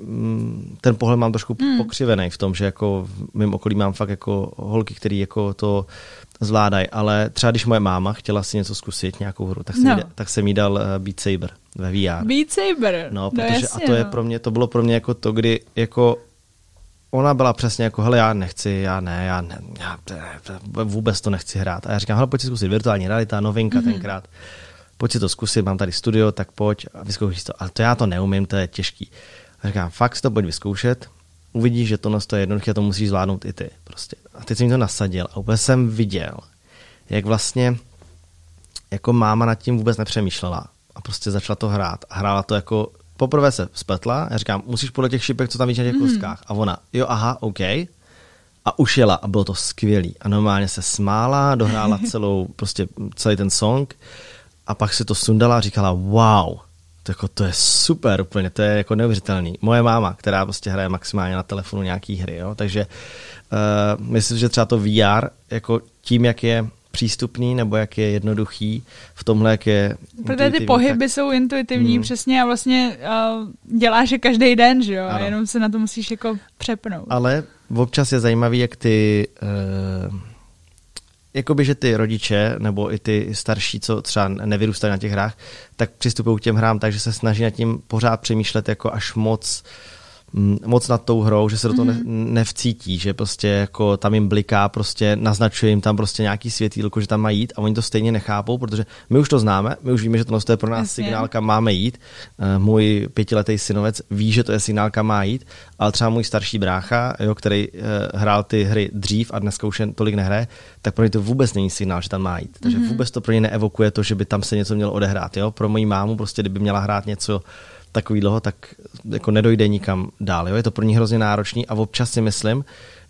ten pohled mám trošku mm. pokřivený v tom, že jako v mém okolí mám fakt jako holky, který jako to zvládají, ale třeba když moje máma chtěla si něco zkusit, nějakou hru, tak jsem, no. jí, tak jsem jí dal Beat Saber ve V R. Beat Saber? No, protože no jasně, a to je pro mě, to bylo pro mě jako to, kdy jako ona byla přesně jako, hele, já nechci, já ne, já, ne, já vůbec to nechci hrát. A já říkám, hele, pojď si zkusit virtuální realita, novinka mm-hmm. tenkrát. Pojď si to zkusit, mám tady studio, tak pojď a vyzkoušíš to. Ale to já to neumím, to je těžký. A říkám, fakt si to pojď vyzkoušet, uvidíš, že to je jednoduché, to musíš zvládnout i ty. Prostě. A teď jsem mi to nasadil a úplně jsem viděl, jak vlastně jako máma nad tím vůbec nepřemýšlela a prostě začala to hrát. A hrála to jako, poprvé se spletla, já říkám, musíš podle těch šipek, co tam víš na těch mm. kostkách. A ona, jo, aha, OK. A už jela a bylo to skvělý. A normálně se smála, dohrála celou, prostě celý ten song. A pak si to sundala a říkala, wow, to, jako, to je super úplně, to je jako neuvěřitelný. Moje máma, která prostě hraje maximálně na telefonu nějaký hry, jo? Takže uh, myslím, že třeba to V R, jako tím, jak je přístupný nebo jak je jednoduchý, v tomhle, jak je protože ty pohyby tak jsou intuitivní hmm. přesně a vlastně uh, děláš je každý den, že jo, ano. A jenom se na to musíš jako přepnout. Ale občas je zajímavý, jak ty... Uh, jakoby, že ty rodiče nebo i ty starší, co třeba nevyrůstají na těch hrách, tak přistupují k těm hrám tak, že se snaží nad tím pořád přemýšlet jako až moc moc nad tou hrou, že se do toho mm-hmm. ne, nevcítí, že prostě jako tam jim bliká, prostě naznačuje jim tam prostě nějaký světýlko, že tam mají jít a oni to stejně nechápou, protože my už to známe, my už víme, že to je pro nás Jasně. signál, kam máme jít. Uh, můj pětiletý synovec ví, že to je signál, kam má jít, ale třeba můj starší brácha, jo, který uh, hrál ty hry dřív a dneska už jen tolik nehraje, tak pro ně to vůbec není signál, že tam má jít. Takže mm-hmm. vůbec to pro ně neevokuje to, že by tam se něco mělo odehrát. Jo? Pro moji mámu prostě, kdyby měla hrát něco takový dlouho, tak jako nedojde nikam dál. Jo? Je to pro ní hrozně náročný a občas si myslím,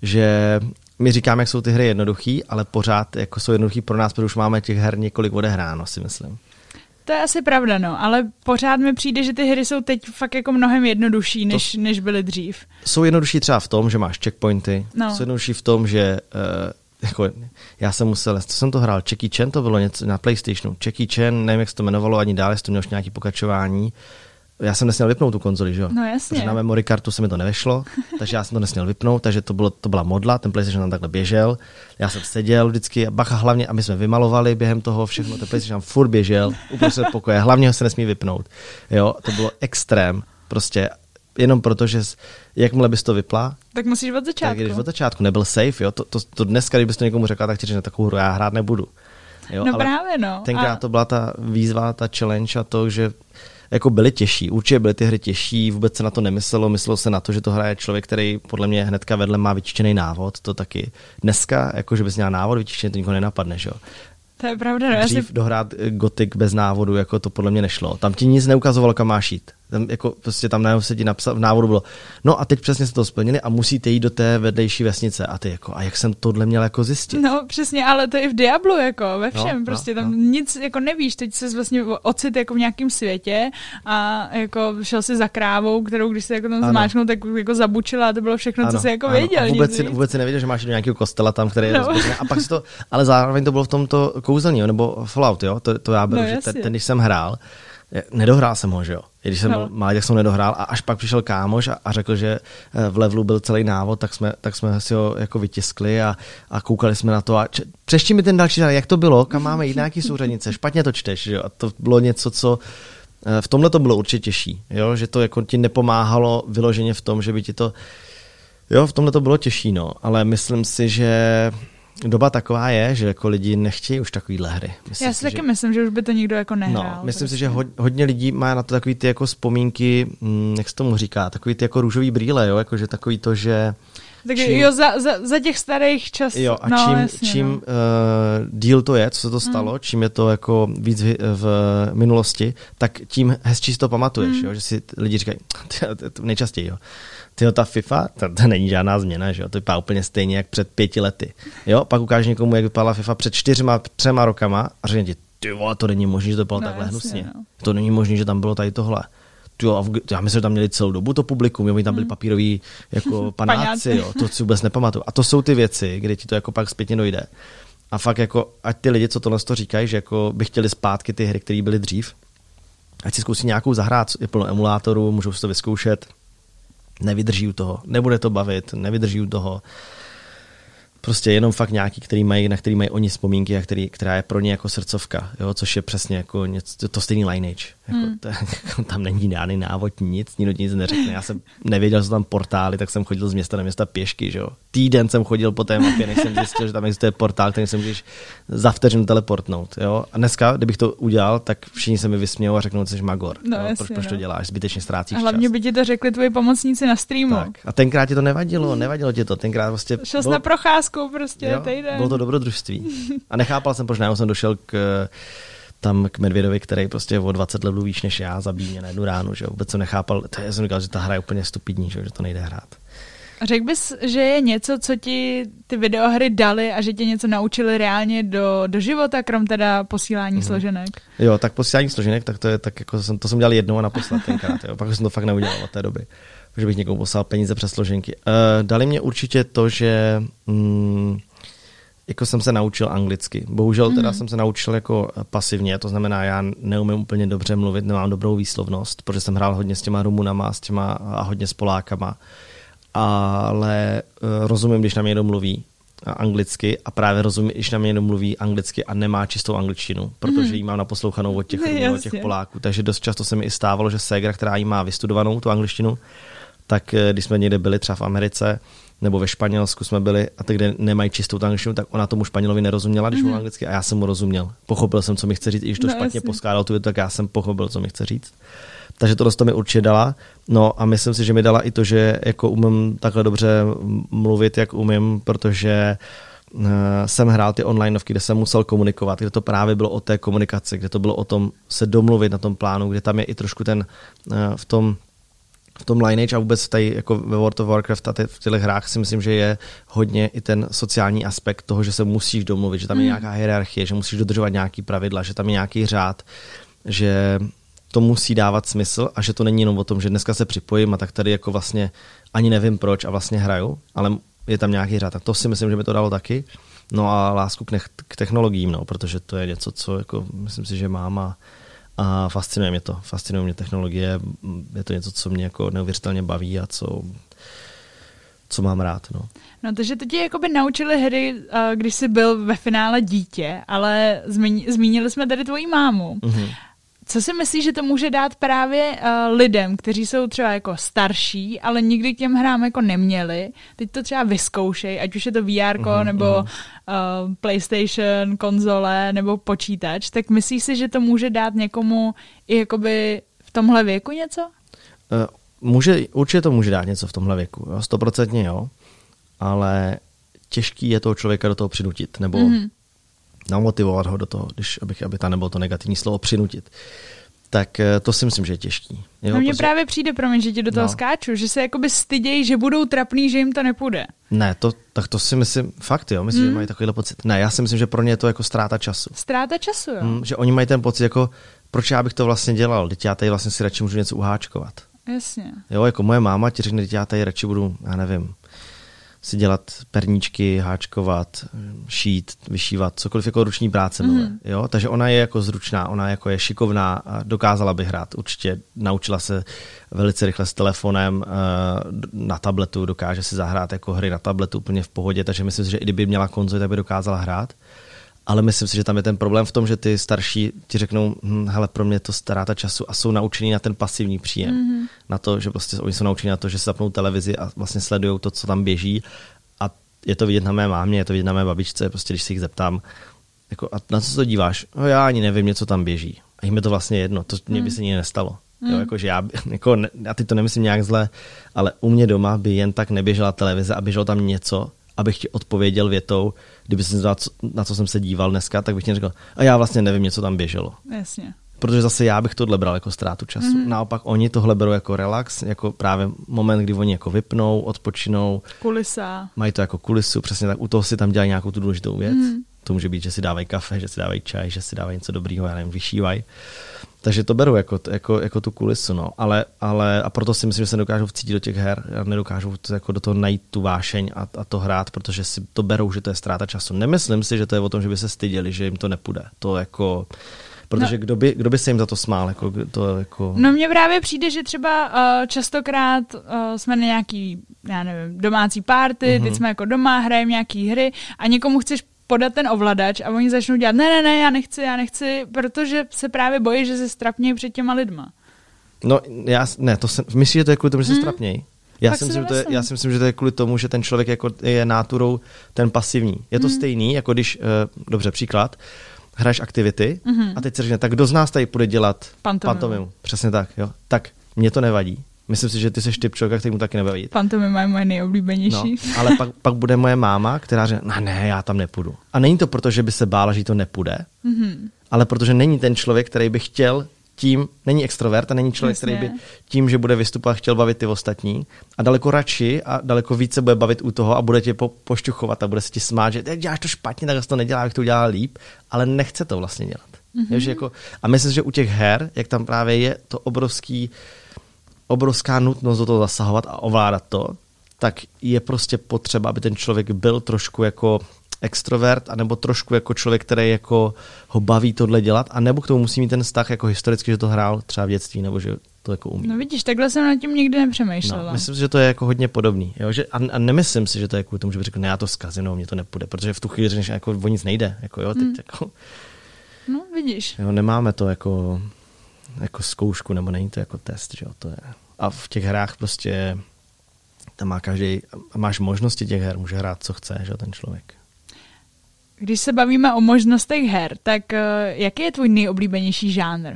že my říkáme, jak jsou ty hry jednoduchý, ale pořád jako jsou jednoduchý pro nás, protože už máme těch her několik odehráno, si myslím. To je asi pravda, no, ale pořád mi přijde, že ty hry jsou teď fakt jako mnohem jednodušší, než, to než byly dřív. Jsou jednodušší třeba v tom, že máš checkpointy, no. Jsou jednodušší v tom, že uh, jako, já jsem musel, co jsem to hrál, Jackie Chan, to bylo něco na PlayStationu, Jackie Chan, nevím, jak se to jmenovalo ani dál, jestli to mělo nějaké pokračování. Já jsem nesměl vypnout tu konzoli, že jo? No jasně. Protože na memory kartu se mi to nevešlo, takže já jsem to nesměl vypnout, takže to, bylo, to byla modla, ten PlayStation tam takhle běžel. Já jsem seděl vždycky, bacha hlavně, a my jsme vymalovali během toho všechno, ten PlayStation tam furt běžel, uprostřed pokoje, hlavně ho se nesmí vypnout. Jo, to bylo extrém, prostě jenom proto, že jakmile bys to vypla, tak musíš od začátku. Tak když od začátku nebyl safe, jo, to, to, to dneska, když bys to někomu řekla, tak ti řekne, takovou hru já hrát nebudu. Jo, no právě, no. Tenkrát a... to byla ta výzva, ta challenge a to, že jako byly těžší, určitě byly ty hry těžší, vůbec se na to nemyslelo, myslelo se na to, že to hraje člověk, který podle mě hnedka vedle má vyčištěný návod, to taky dneska, jako že bys měl návod vyčištěný, to nikoho nenapadne, že jo. To je pravda, no. Dřív já si... dohrát Gothic bez návodu, jako to podle mě nešlo. Tam ti nic neukazovalo, kam máš jít. Tam jako prostě tam najednou se ti napsal, v návodu bylo, no a teď přesně se to splnili a musíte jít do té vedlejší vesnice. A ty jako, a jak jsem tohle měl jako zjistit? No přesně, ale to i v Diablu, jako ve všem, no, prostě no, tam no. nic jako nevíš, teď jsi vlastně ocit jako v nějakém světě a jako šel si za krávou, kterou když se jako tam zmáčknul, tak jako zabučila a to bylo všechno, ano, co jsi jako ano. věděl. A vůbec, si, vůbec si nevěděl, že máš do nějakého kostela tam, který je no. rozbudný. A pak si to, ale zároveň to bylo v tomto kouzelní, nebo Fallout, jo, to, to já beru, no, že ten, ten, když jsem hrál, nedohrál jsem ho, že jo. I když jsem no. byl malý, tak jsem nedohrál a až pak přišel kámoš a, a řekl, že v levelu byl celý návod, tak jsme, tak jsme si ho jako vytiskli a, a koukali jsme na to a č- přešti mi ten další, jak to bylo, kam máme jít, nějaký souřadnice, špatně to čteš, že jo. A to bylo něco, co v tomhle to bylo určitě těžší, jo, že to jako ti nepomáhalo vyloženě v tom, že by ti to, jo, v tomhle to bylo těžší, no, ale myslím si, že doba taková je, že jako lidi nechtějí už takovýhle hry. Myslím Já si, si, taky že... myslím, že už by to nikdo jako nehrál. No, myslím prostě. si, že hodně lidí má na to takový ty jako vzpomínky, hm, jak se tomu říká, takový ty jako růžový brýle, jo, jakože takový to, že Takže čím, jo, za, za, za těch starých časů. Jo, a no, čím, jasně, čím no. uh, díl to je, co se to stalo, mm. čím je to jako víc v, v minulosti, tak tím hezčí si to pamatuješ, mm. jo, že si lidi říkají, to nejčastěji, jo. Tyjo, ta FIFA, to, to není žádná změna, že jo? To vypadá úplně stejně jak před pěti lety. Jo? Pak ukážeš někomu, jak vypadala FIFA před čtyřma, třema rokama a řekne ti, ty vole, to není možné, že to bylo no, takhle jasně, hnusně. No. To není možné, že tam bylo tady tohle. Tyjo, já myslím, že tam měli celou dobu to publikum, jo? Tam byli hmm. papíroví jako panáci, jo? To si vůbec nepamatuju. A to jsou ty věci, kde ti to jako pak zpětně dojde. A fakt jako, ať ty lidi, co tohle to říkají, že jako by chtěli zpátky ty hry, které byly dřív, ať si zkusí nějakou zahrát, je plno emulátorů, můžou si to vyzkoušet. Nevydrží u toho, nebude to bavit, nevydrží u toho. Prostě jenom fakt nějaký, který mají, na který mají oni vzpomínky a který, která je pro ně jako srdcovka, jo? Což je přesně jako něco, to stejný Lineage. Jako hmm. to, tam není žádný návod, nic, nikdo nic neřekne. Já jsem nevěděl, že jsou tam portály, tak jsem chodil z města na města pěšky. Že jo? Týden jsem chodil po té mapě, než jsem zjistil, že tam existuje portál, který se můžeš za vteřinu teleportnout. Jo? A dneska, kdybych to udělal, tak všichni se mi vysmějou a řeknou, že jsi magor. No, jo? jasně, proč, proč to no. děláš? Zbytečně ztrácíš čas. Hlavně by ti to řekli tvoji pomocníci na streamu. Tak. A tenkrát ti to nevadilo, nevadilo ti to. Tenkrát prostě šel jsi na procházku prostě. Jo? Bylo to dobrodružství. A nechápal jsem, proč najednou jsem došel k, tam k Medvědovi, který prostě je o dvacet levelů výš než já, zabíjí mě na jednu ránu. Že? Vůbec jsem nechápal. To já jsem říkal, že ta hra je úplně stupidní, že, že to nejde hrát. Řekl bys, že je něco, co ti ty videohry dali a že tě něco naučili reálně do, do života, krom teda posílání mm-hmm. složenek? Jo, tak posílání složenek, tak to je tak jako jsem, to jsem dělal jednou a naposled tenkrát. Jo. Pak jsem to fakt neudělal od té doby, že bych někomu poslal peníze přes složenky. Uh, dali mě určitě to, že mm, jako jsem se naučil anglicky. Bohužel teda mm. jsem se naučil jako pasivně, to znamená, já neumím úplně dobře mluvit, nemám dobrou výslovnost, protože jsem hrál hodně s těma Rumunama s těma, a hodně s Polákama, ale uh, rozumím, když na mě někdo mluví anglicky a právě rozumím, když na mě někdo mluví anglicky a nemá čistou angličtinu, protože ji mám naposlouchanou od těch Rumunů, od těch Poláků. Takže dost často se mi i stávalo, že ségra, která ji má vystudovanou, tu angličtinu, tak když jsme někde byli třeba v Americe, nebo ve Španělsku jsme byli a tak, kde nemají čistou tu angličtinu, tak ona tomu Španělovi nerozuměla, když mluvil mm-hmm. anglicky a já jsem mu rozuměl. Pochopil jsem, co mi chce říct, i když to no, špatně poskládal tu větu, tak já jsem pochopil, co mi chce říct. Takže tohle to mi určitě dala. No a myslím si, že mi dala i to, že jako umím takhle dobře mluvit, jak umím, protože uh, jsem hrál ty onlineovky, kde jsem musel komunikovat, kde to právě bylo o té komunikaci, kde to bylo o tom se domluvit na tom plánu, kde tam je i trošku ten uh, v tom v tom Lineage a vůbec tady jako ve World of Warcraft a v těch hrách si myslím, že je hodně i ten sociální aspekt toho, že se musíš domluvit, že tam je nějaká hierarchie, že musíš dodržovat nějaký pravidla, že tam je nějaký řád, že to musí dávat smysl a že to není jenom o tom, že dneska se připojím a tak tady jako vlastně ani nevím proč a vlastně hraju, ale je tam nějaký řád. Tak to si myslím, že mi to dalo taky. No a lásku k, nech- k technologiím, no, protože to je něco, co jako myslím si, že mám a A fascinuje mě to. Fascinuje mě technologie. Je to něco, co mě jako neuvěřitelně baví a co, co mám rád. No, no takže to tě jakoby naučili hry, když jsi byl ve finále dítě, ale zmínili jsme tady tvoji mámu. Mm-hmm. Co si myslíš, že to může dát právě uh, lidem, kteří jsou třeba jako starší, ale nikdy k těm hrám jako neměli, teď to třeba vyzkoušej, ať už je to V R ko, mm-hmm, nebo uh, PlayStation, konzole, nebo počítač, tak myslíš si, že to může dát někomu i jakoby v tomhle věku něco? Uh, může, určitě to může dát něco v tomhle věku, stoprocentně jo, ale těžký je toho člověka do toho přinutit, nebo mm-hmm. namotivovat ho do toho, když, abych, aby tam nebylo to negativní slovo přinutit. Tak to si myslím, že je těžký. Jo, no mně protože... právě přijde, promiň, že ti do toho no. skáču, že se jakoby stydějí, že budou trapný, že jim to nepůjde. Ne, to, tak to si myslím, fakt jo, myslím, hmm. že mají takovýhle pocit. Ne, já si myslím, že pro ně je to jako ztráta času. Ztráta času, jo. Hmm, že oni mají ten pocit jako, proč já bych to vlastně dělal, teď já tady vlastně si radši můžu něco uháčkovat. Jasně. Jo, jako moje máma ti řekne, teď já tady radši budu, já nevím, si dělat perníčky, háčkovat, šít, vyšívat, cokoliv jako ruční práce. Mm-hmm. Jo? Takže ona je jako zručná, ona jako je šikovná a dokázala by hrát. Určitě naučila se velice rychle s telefonem na tabletu, dokáže si zahrát jako hry na tabletu úplně v pohodě, takže myslím si, že i kdyby měla konzoli, tak by dokázala hrát. Ale myslím si, že tam je ten problém v tom, že ty starší ti řeknou, hm, hele, pro mě to ztráta času a jsou naučení na ten pasivní příjem. Mm-hmm. Na to, že prostě oni jsou naučení na to, že si zapnou televizi a vlastně sledují to, co tam běží. A je to vidět na mé mámě, je to vidět na mé babičce, prostě když si jich zeptám, jako, a na co se to díváš? No, já ani nevím, něco tam běží. A jim je to vlastně jedno, to mě by se nikdy nestalo. Mm. Jo, jako, že já, jako, já teď to nemyslím nějak zle, ale u mě doma by jen tak neběžela televize a běželo tam něco, abych ti odpověděl větou, kdyby jsem znal, na co jsem se díval dneska, tak bych ti řekl, a já vlastně nevím, něco tam běželo. Jasně. Protože zase já bych tohle bral jako ztrátu času. Mm. Naopak oni tohle berou jako relax, jako právě moment, kdy oni jako vypnou, odpočinou. Kulisa. Mají to jako kulisu, přesně tak. U toho si tam dělají nějakou tu důležitou věc. Mm. To může být, že si dávají kafe, že si dávají čaj, že si dávají něco dobrýho, já nevím, vyšívají. Takže to beru jako, jako, jako tu kulisu, no. Ale, ale a proto si myslím, že se dokážou vcítit do těch her a nedokážou to, jako do toho najít tu vášeň a, a to hrát, protože si to berou, že to je ztráta času. Nemyslím si, že to je o tom, že by se styděli, že jim to nepůjde. To jako... Protože no. kdo, by, kdo by se jim za to smál? Jako, to jako... No mně právě přijde, že třeba uh, častokrát uh, jsme na nějaký, já nevím, domácí party, mm-hmm. teď jsme jako doma, hrajeme nějaký hry a někomu chceš podat ten ovladač a oni začnou dělat ne, ne, ne, já nechci, já nechci, protože se právě bojí, že se strapnějí před těma lidma. No já, ne, to se, myslíš, že to je kvůli tomu, že se mm. strapnějí? Já si, myslím, to je, já si myslím, že to je kvůli tomu, že ten člověk jako je náturou ten pasivní. Je to mm. stejný, jako když, uh, dobře, příklad, hraješ aktivity mm-hmm. a teď se řekne, tak kdo z nás tady bude dělat pantomimu? pantomimu. Přesně tak, jo. Tak mě to nevadí. Myslím si, že ty seš typ člověka, který mu taky nebaví. Pantomima je moje nejoblíbenější. No, ale pak, pak bude moje máma, která řekne, no ne, já tam nepůjdu. A není to proto, že by se bála, že jí to nepůjde, mm-hmm. ale protože není ten člověk, který by chtěl tím, není extrovert a není člověk, Jasně. který by tím, že bude vystupovat, chtěl bavit ty ostatní a daleko radši a daleko více bude bavit u toho a bude tě po, pošťuchovat a bude se ti smát, že děláš to špatně, tak to nedělá, jak to udělá líp, ale nechce to vlastně dělat. Mm-hmm. Je, že jako, a myslím, že u těch her, jak tam právě je to obrovský obrovská nutnost do toho zasahovat a ovládat to, tak je prostě potřeba, aby ten člověk byl trošku jako extrovert, anebo trošku jako člověk, který jako ho baví tohle dělat, a nebo k tomu musí mít ten vztah jako historicky, že to hrál třeba v dětství, nebo že to jako umí. No vidíš, takhle jsem nad tím nikdy nepřemýšlela. No, myslím si, že to je jako hodně podobný. Jo? Že, a, a nemyslím si, že to je kvůli tomu, že by řekl, ne, já to zkazím, no, mně to nepůjde, protože v tu chvíli řekneš, jako o nic nejde. Jako, jo, teď, hmm. jako, no vidíš. Jo, nemáme to jako, jako zkoušku, nebo není to jako test, že jo, to je. A v těch hrách prostě tam má každý, máš možnosti těch her, může hrát, co chce, že ten člověk. Když se bavíme o možnostech her, tak uh, jaký je tvůj nejoblíbenější žánr?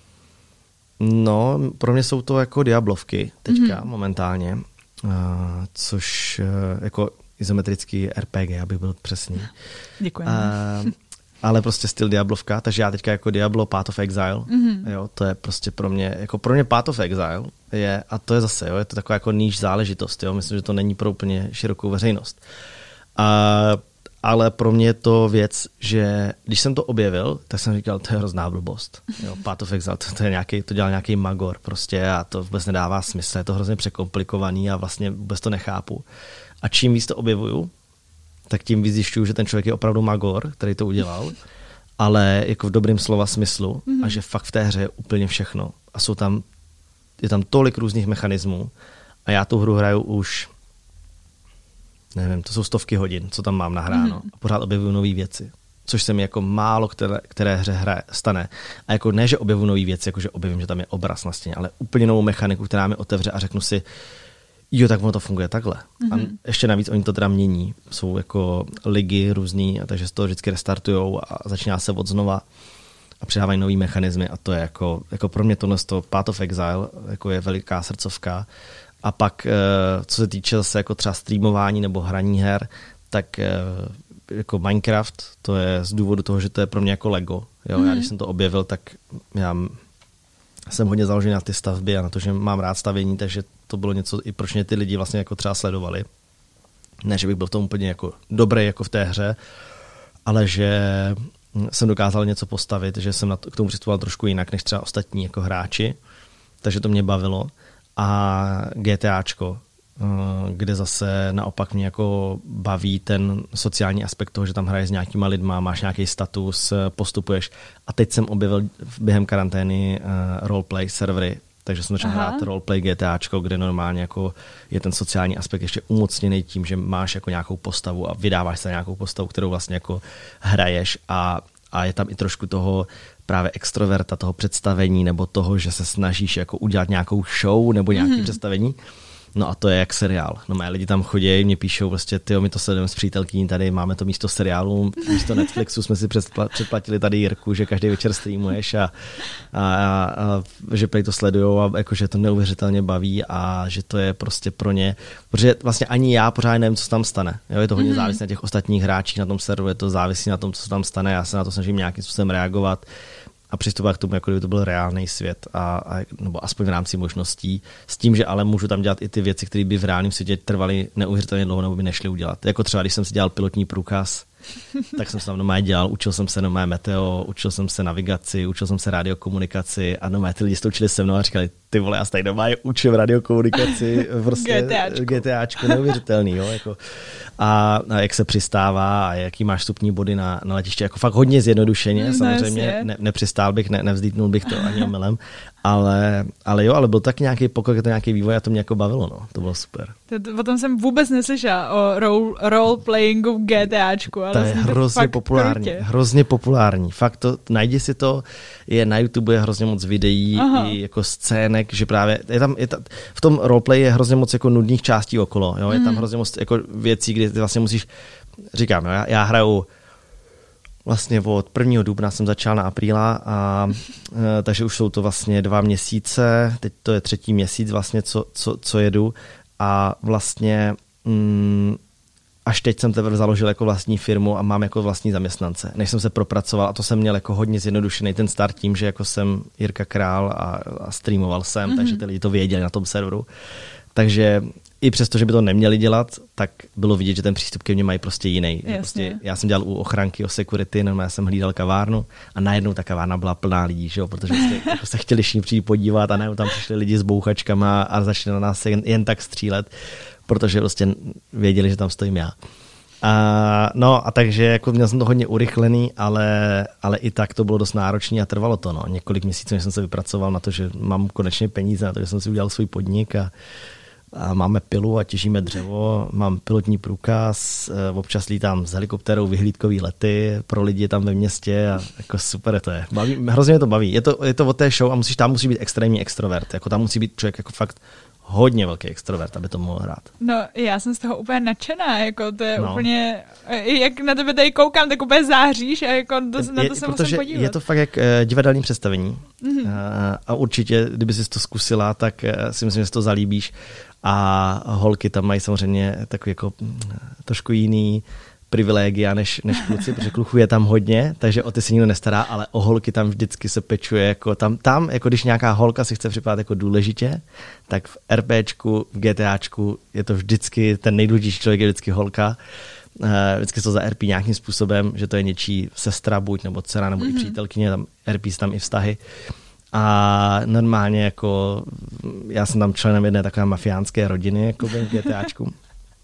No, pro mě jsou to jako diablovky teďka mm-hmm. momentálně, uh, což uh, jako izometrický R P G, abych byl přesný. Děkujeme. Uh, ale prostě styl diablovka, takže já teďka jako Diablo Path of Exile, mm-hmm. jo, to je prostě pro mě, jako pro mě Path of Exile je, a to je zase, jo, je to taková jako níž záležitost, jo, myslím, že to není pro úplně širokou veřejnost. Uh, ale pro mě je to věc, že když jsem to objevil, tak jsem říkal, to je hrozná blbost. Jo, Path of Exile, to, to, je nějaký, to dělal nějaký magor prostě a to vůbec nedává smysl, je to hrozně překomplikovaný a vlastně vůbec to nechápu. A čím víc to objevuju, tak tím víc zjišťuju, že ten člověk je opravdu magor, který to udělal, ale jako v dobrým slova smyslu mm-hmm. a že fakt v té hře je úplně všechno. A jsou tam, je tam tolik různých mechanismů a já tu hru hraju už nevím, to jsou stovky hodin, co tam mám nahráno. Mm-hmm. A pořád objevuju nové věci. Což se mi jako málo které, které hře hraje, stane. A jako ne, že objevuju nové věci, jako že objevím, že tam je obraz na stěně, ale úplně novou mechaniku, která mi otevře a řeknu si, jo, tak ono to funguje takhle. Mm-hmm. A ještě navíc oni to teda mění. Jsou jako ligy různý, a takže se to vždycky restartujou a začíná se od znova a přidávají nový mechanismy a to je jako, jako pro mě tohle to Path of Exile jako je veliká srdcovka. A pak, co se týče zase jako třeba streamování nebo hraní her, tak jako Minecraft, to je z důvodu toho, že to je pro mě jako Lego. Jo? Mm. Já když jsem to objevil, tak já jsem hodně založený na ty stavby a na to, že mám rád stavění, takže to bylo něco, i proč mě ty lidi vlastně jako třeba sledovali. Ne, že bych byl v tom úplně jako dobrý jako v té hře, ale že jsem dokázal něco postavit, že jsem na to, k tomu přistupoval trošku jinak než třeba ostatní jako hráči, takže to mě bavilo. A GTAčko, kde zase naopak mě jako baví ten sociální aspekt toho, že tam hraješ s nějakýma lidma, máš nějaký status, postupuješ. A teď jsem objevil během karantény roleplay servery, takže jsem začal hrát roleplay GTAčko, kde normálně jako je ten sociální aspekt ještě umocněný tím, že máš jako nějakou postavu a vydáváš se na nějakou postavu, kterou vlastně jako hraješ a, a je tam i trošku toho právě extroverta, toho představení nebo toho, že se snažíš jako udělat nějakou show nebo nějaké mm-hmm. představení. No a to je jak seriál. No mé lidi tam chodí, mě píšou prostě, tyjo, my to sledujeme s přítelkyní tady, máme to místo seriálu, místo Netflixu jsme si předplatili tady Jirku, že každý večer streamuješ a, a, a, a že prej to sledujou a jakože to neuvěřitelně baví a že to je prostě pro ně, protože vlastně ani já pořád nevím, co se tam stane. Jo, je to hodně mm-hmm. závislé na těch ostatních hráčích na tom serveru, je to závislí na tom, co se tam stane, já se na to snažím nějakým způsobem reagovat a přistupovat k tomu, jako kdyby to byl reálný svět, a, a, nebo aspoň v rámci možností, s tím, že ale můžu tam dělat i ty věci, které by v reálném světě trvaly neuvěřitelně dlouho, nebo by nešly udělat. Jako třeba, když jsem si dělal pilotní průkaz, tak jsem se tam doma dělal, učil jsem se doma meteo, učil jsem se navigaci, učil jsem se radiokomunikaci a doma ty lidi se to učili se mnou a říkali, ty vole, já tady doma je učím radiokomunikaci, prostě GTAčku. GTAčku, neuvěřitelný, jo, jako. A, a jak se přistává a jaký máš vstupní body na, na letiště, jako fakt hodně zjednodušeně, no, samozřejmě ne, nepřistál bych, ne, nevzdítnul bych to ani omylem, ale, ale jo, ale byl tak nějaký pokrok, to nějaký vývoj a to mě jako bavilo, no, to bylo super. To, o tom jsem vůbec neslyšela, o role, role-playingu v GTAčku. Ale to je hrozně populární, krutě. hrozně populární, fakt to, najdi si to, je na YouTube je hrozně moc videí, aha. i jako scének, že právě, je tam, je tam, v tom roleplay je hrozně moc jako nudných částí okolo, jo, je tam mm. hrozně moc jako věcí, kdy ty vlastně musíš, říkám, jo, já, já hraju vlastně od prvního dubna jsem začal na apríla a e, takže už jsou to vlastně dva měsíce, teď to je třetí měsíc vlastně, co, co, co jedu a vlastně mm, až teď jsem teprve založil jako vlastní firmu a mám jako vlastní zaměstnance. Než jsem se propracoval a to jsem měl jako hodně zjednodušený ten start tím, že jako jsem Jirka Král a, a streamoval jsem, mm-hmm. takže ty lidi to věděli na tom serveru. Takže i přesto, že by to neměli dělat, tak bylo vidět, že ten přístup ke mně mají prostě jiný. Prostě já jsem dělal u ochranky o security, normálně jsem hlídal kavárnu a najednou ta kavárna byla plná lidí, že jo? Protože jste, jako se chtěli všichni přijít podívat a najednou tam přišli lidi s bouchačkama a začali na nás jen, jen tak střílet, protože prostě věděli, že tam stojím já. A, no a takže jako měl jsem to hodně urychlený, ale, ale i tak to bylo dost náročné a trvalo to. No. Několik měsíců, než jsem se vypracoval na to, že mám konečně peníze, na to, že jsem si udělal svůj podnik a a máme pilu a těžíme dřevo, mám pilotní průkaz, občas lítám s helikoptérou vyhlídkový lety pro lidi tam ve městě a jako super to je. Baví, hrozně mě to baví. Je to, je to od té show a musíš, tam musí být extrémní extrovert. Jako tam musí být člověk jako fakt hodně velký extrovert, aby to mohl hrát. No, já jsem z toho úplně nadšená, jako to je no. úplně, jak na tebe tady koukám, tak úplně záříš a jako to, na to se musím podívat. Je to fakt jak uh, divadelní představení mm-hmm. uh, a určitě, kdyby jsi to zkusila, tak uh, si myslím, že si to zalíbíš a holky tam mají samozřejmě takový jako trošku jiný privilegia než, než kluci, protože kluchů je tam hodně, takže o ty se nikdo nestará, ale o holky tam vždycky se pečuje, jako tam, tam jako když nějaká holka si chce připadat jako důležitě, tak v RPčku, v GTAčku je to vždycky, ten nejdůležitější člověk je vždycky holka, vždycky to za R P nějakým způsobem, že to je něčí sestra buď, nebo dcera, nebo mm-hmm. i přítelkyně, tam R P tam i vztahy. A normálně jako, já jsem tam členem jedné takové mafiánské rodiny, jako v GTAčku.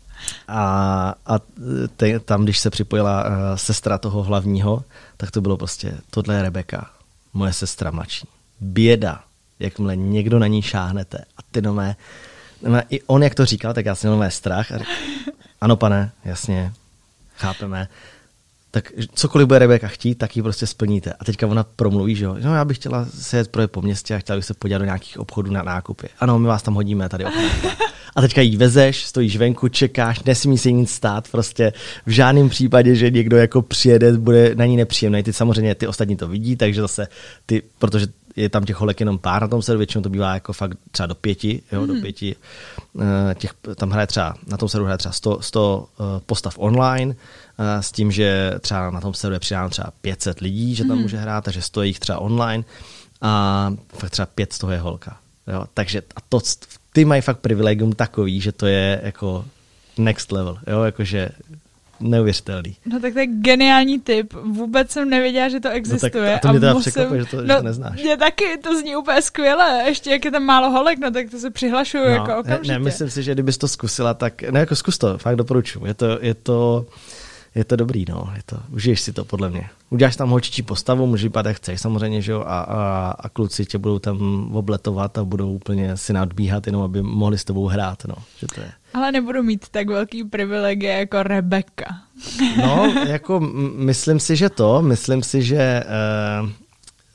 A, a te, tam, když se připojila uh, sestra toho hlavního, tak to bylo prostě, tohle je Rebeka, moje sestra mladší. Běda, jakmile někdo na ní šáhnete. A ty nomé, nomé, i on jak to říkal, tak já jsem měl nomé strach. A říkal, ano pane, jasně, chápeme. Tak cokoliv bude Rebeka chtít, tak ji prostě splníte. A teďka ona promluví, že jo, no já bych chtěla se jet projet po městě a chtěla bych se podívat do nějakých obchodů na nákupy. Ano, my vás tam hodíme tady ochranka. A teďka jí vezeš, stojíš venku, čekáš, nesmí se nic stát, prostě v žádném případě, že někdo jako přijede, bude na ní nepříjemný. Ty samozřejmě ty ostatní to vidí, takže zase ty, protože je tam těch holek jenom pár na tom serveru, většinou to bývá jako fakt třeba do pěti, jo, mm. do pěti. Těch, tam hraje třeba, na tom serveru hraje třeba sto, sto postav online, s tím, že třeba na tom serveru je přidáno třeba pět set lidí, že tam mm. může hrát, takže stojí jich třeba online a fakt třeba pět z toho je holka. Jo, takže a to, ty mají fakt privilegium takový, že to je jako next level, jo, jakože neuvěřitelný. No tak to je geniální tip. Vůbec jsem nevěděla, že to existuje. No tak, a to mě teda musím... překvapuje, že to, no, že to neznáš. Mě taky, to zní úplně skvěle. Ještě jak je tam málo holek, no tak to se přihlašuju no, jako okamžitě. Ne, myslím si, že kdybys to zkusila, tak ne, jako zkus to, fakt doporučuji. Je to, je to, je to dobrý, no. Je to, užiješ si to, podle mě. Uděláš tam holčičí postavu, můžeš vypadat jak chceš, samozřejmě, že jo, a, a, a kluci tě budou tam obletovat a budou úplně si nadbíhat, jenom aby mohli s tebou hrát, no. Že to je. Ale nebudu mít tak velký privilegie jako Rebeka. No, jako myslím si, že to, myslím si, že uh,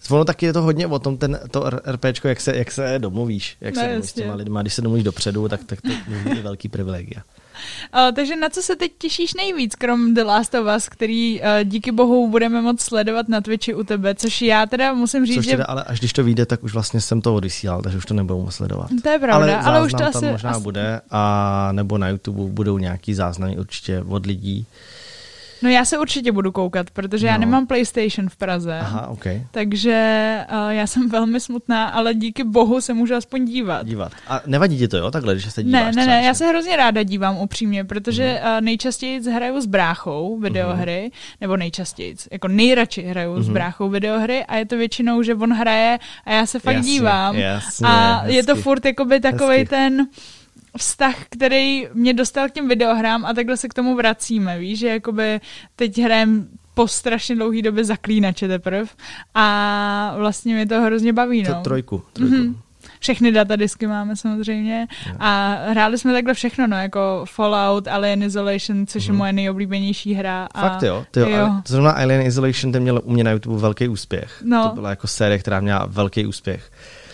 Ono taky je to hodně o tom, ten, to RPčko, jak se, jak se domluvíš, jak no, se domluvíš s těma lidma. Když se domluvíš dopředu, tak, tak to je velký privilegia. O, takže na co se teď těšíš nejvíc, krom The Last of Us, který uh, díky bohu budeme moc sledovat na Twitchi u tebe, což já teda musím říct, což že... Teda, ale až když to vyjde, tak už vlastně jsem to odvysílal, takže už to nebudu moc sledovat. To je pravda, ale, ale už to tam asi... možná asi... bude, a nebo na YouTube budou nějaký záznamy určitě od lidí. No já se určitě budu koukat, protože no. já nemám PlayStation v Praze. Aha, okay. Takže uh, já jsem velmi smutná, ale díky bohu se můžu aspoň dívat. Dívat. A nevadí ti to, jo? Takhle, když se díváš? Ne, ne, ne, já se hrozně ráda dívám upřímně, protože mm. uh, nejčastěji hraju s bráchou videohry, mm. nebo nejčastěji, jako nejradši hraju mm. s bráchou videohry a je to většinou, že on hraje a já se fakt jasně, dívám. Jasně, a hezky. Je to furt jakoby takovej hezky. ten... vztah, který mě dostal k těm videohrám a takhle se k tomu vracíme, víš, že jakoby teď hrajem po strašně dlouhý době Zaklínače teprv a vlastně mě to hrozně baví, no. To trojku, trojku. Mm-hmm. Všechny datadisky máme samozřejmě yeah. a hráli jsme takhle všechno, no, jako Fallout, Alien Isolation, což mm-hmm. je moje nejoblíbenější hra. A fakt jo, ty jo, jo. Ale to zrovna Alien Isolation, ten měl u mě na YouTube velký úspěch. No. To byla jako série, která měla velký úspěch.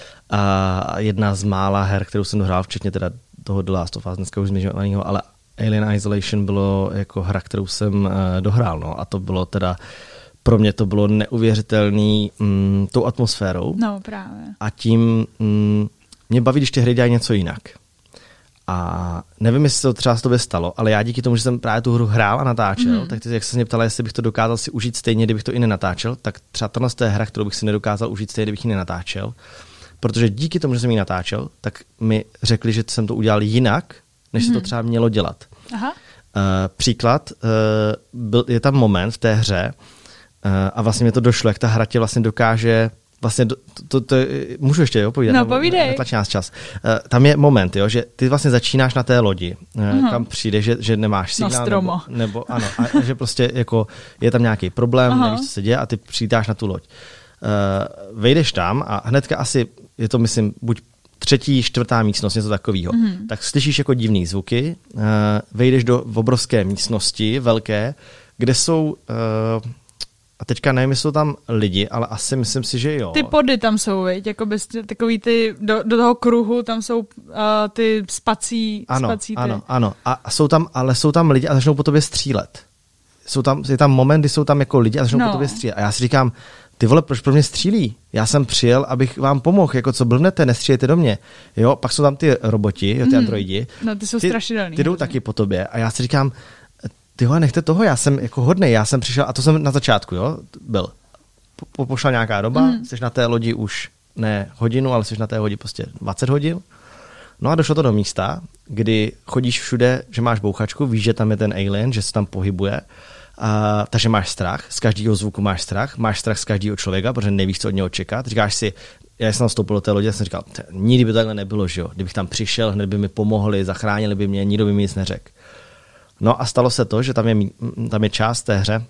A jedna z mála her, kterou jsem dohrál, včetně teda toho The Last of Us, dneska už zmiňovaného, ale Alien Isolation bylo jako hra, kterou jsem uh, dohrál, no, a to bylo teda, pro mě to bylo neuvěřitelný mm, tou atmosférou. No, právě. A tím mm, mě baví, když ty hry dělají něco jinak. A nevím, jestli to třeba s tobě stalo, ale já díky tomu, že jsem právě tu hru hrál a natáčel, mm. tak ty, jak se mě ptala, jestli bych to dokázal si užít stejně, kdybych to i nenatáčel, tak třeba tohle je hra, kterou bych si nedokázal užít stejně, kdybych ji nenatáčel. Protože díky tomu, že jsem ji natáčel, tak mi řekli, že jsem to udělal jinak, než mm. se to třeba mělo dělat. Aha. Uh, příklad, uh, byl, je tam moment v té hře uh, a vlastně mi to došlo, jak ta hra tě vlastně dokáže, vlastně do, to, to, to, můžu ještě jo, povídat? No, povídej. Netlačí nás čas. Uh, tam je moment, jo, že ty vlastně začínáš na té lodi, uh, uh-huh. kam přijde, že, že nemáš signál, nebo, nebo ano, a že prostě jako je tam nějaký problém, uh-huh. nevíš, co se děje a ty přijítáš na tu loď. Uh, vejdeš tam a hnedka asi je to, myslím, buď třetí, čtvrtá místnost, něco takového. Mm. Tak slyšíš jako divný zvuky, uh, vejdeš do obrovské místnosti, velké, kde jsou, uh, a teďka nevím, jestli jsou tam lidi, ale asi myslím si, že jo. Ty pody tam jsou, viď? Jakoby takový ty, do, do toho kruhu tam jsou uh, ty spací, ano, spací ty. Ano, ano, a jsou tam, ale jsou tam lidi a začnou po tobě střílet. Jsou tam, je tam moment, kdy jsou tam jako lidi a začnou no. po tobě střílet. A já si říkám, ty vole, proč pro mě střílí? Já jsem přijel, abych vám pomohl, jako co blbnete, nestřílejte do mě. Jo, pak jsou tam ty roboti, jo, ty mm. androidi. No, ty jsou ty, strašidelný. Ty jdou taky po tobě a já si říkám, tyhle, nechte toho, já jsem jako hodnej, já jsem přišel, a to jsem na začátku, jo, byl. Po, pošla nějaká doba, mm. jsi na té lodi už ne hodinu, ale jsi na té lodi prostě dvacet hodin. No a došlo to do místa, kdy chodíš všude, že máš bouchačku, víš, že tam je ten alien, že se tam pohybuje. Uh, takže máš strach, z každého zvuku máš strach, máš strach z každého člověka, protože nevíš, co od něho čekat. Říkáš si, já jsem vstoupil do té lodi a jsem říkal, nikdy by takhle nebylo, že jo. Kdybych tam přišel, hned by mi pomohli, zachránili by mě, nikdo by mi nic neřekl. No a stalo se to, že tam je, tam je část té hře,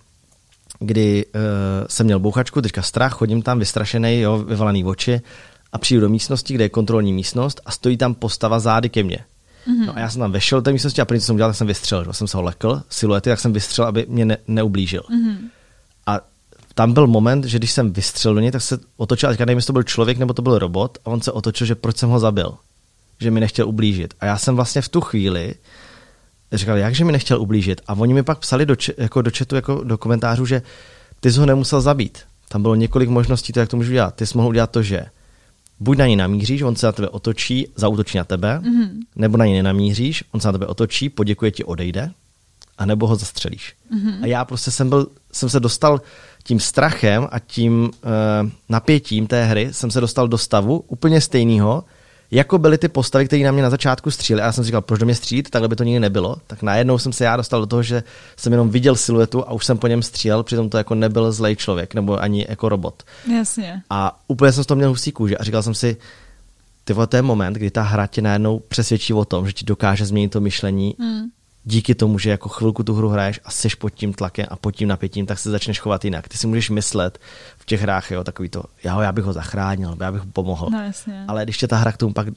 kdy uh, jsem měl bouchačku, teďka strach, chodím tam vystrašený, jo, vyvalený oči a přijdu do místnosti, kde je kontrolní místnost a stojí tam postava zády ke mně. No a já jsem tam vešel do té místnosti a první, co jsem udělal, tak jsem vystřelil. Že? Jsem se ho lekl, siluety, tak jsem vystřelil, aby mě ne, neublížil. Mm-hmm. A tam byl moment, že když jsem vystřelil do něj, tak se otočil, a teďka nevím, jestli to byl člověk nebo to byl robot, a on se otočil, že proč jsem ho zabil. Že mi nechtěl ublížit. A já jsem vlastně v tu chvíli říkal, jakže mi nechtěl ublížit. A oni mi pak psali do, č- jako do chatu, jako do komentářů, že ty jsi ho nemusel zabít. Tam bylo několik možností, to jak to můžu dělat. Ty jsi mohl udělat to, že buď na něj namíříš, on se na tebe otočí, zaútočí na tebe, mm-hmm. nebo na něj nenamíříš, on se na tebe otočí, poděkuje ti, odejde, a nebo ho zastřelíš. Mm-hmm. A já prostě jsem, byl, jsem se dostal tím strachem a tím uh, napětím té hry, jsem se dostal do stavu úplně stejného, jako byly ty postavy, které na mě na začátku střílely. A já jsem si říkal, proč do mě střílet, takhle by to nikdy nebylo. Tak najednou jsem se já dostal do toho, že jsem jenom viděl siluetu a už jsem po něm střílel, přitom to jako nebyl zlej člověk, nebo ani jako robot. Jasně. A úplně jsem z toho měl husí kůži a říkal jsem si, ty vole, to je moment, kdy ta hra tě najednou přesvědčí o tom, že ti dokáže změnit to myšlení mm. díky tomu, že jako chvilku tu hru hraješ a seš pod tím tlakem a pod tím napětím, tak se začneš chovat jinak. Ty si můžeš myslet v těch hrách, jo, takový to, já, já bych ho zachránil, já bych mu pomohl. No, jasně. Ale když tě ta hra k tomu pak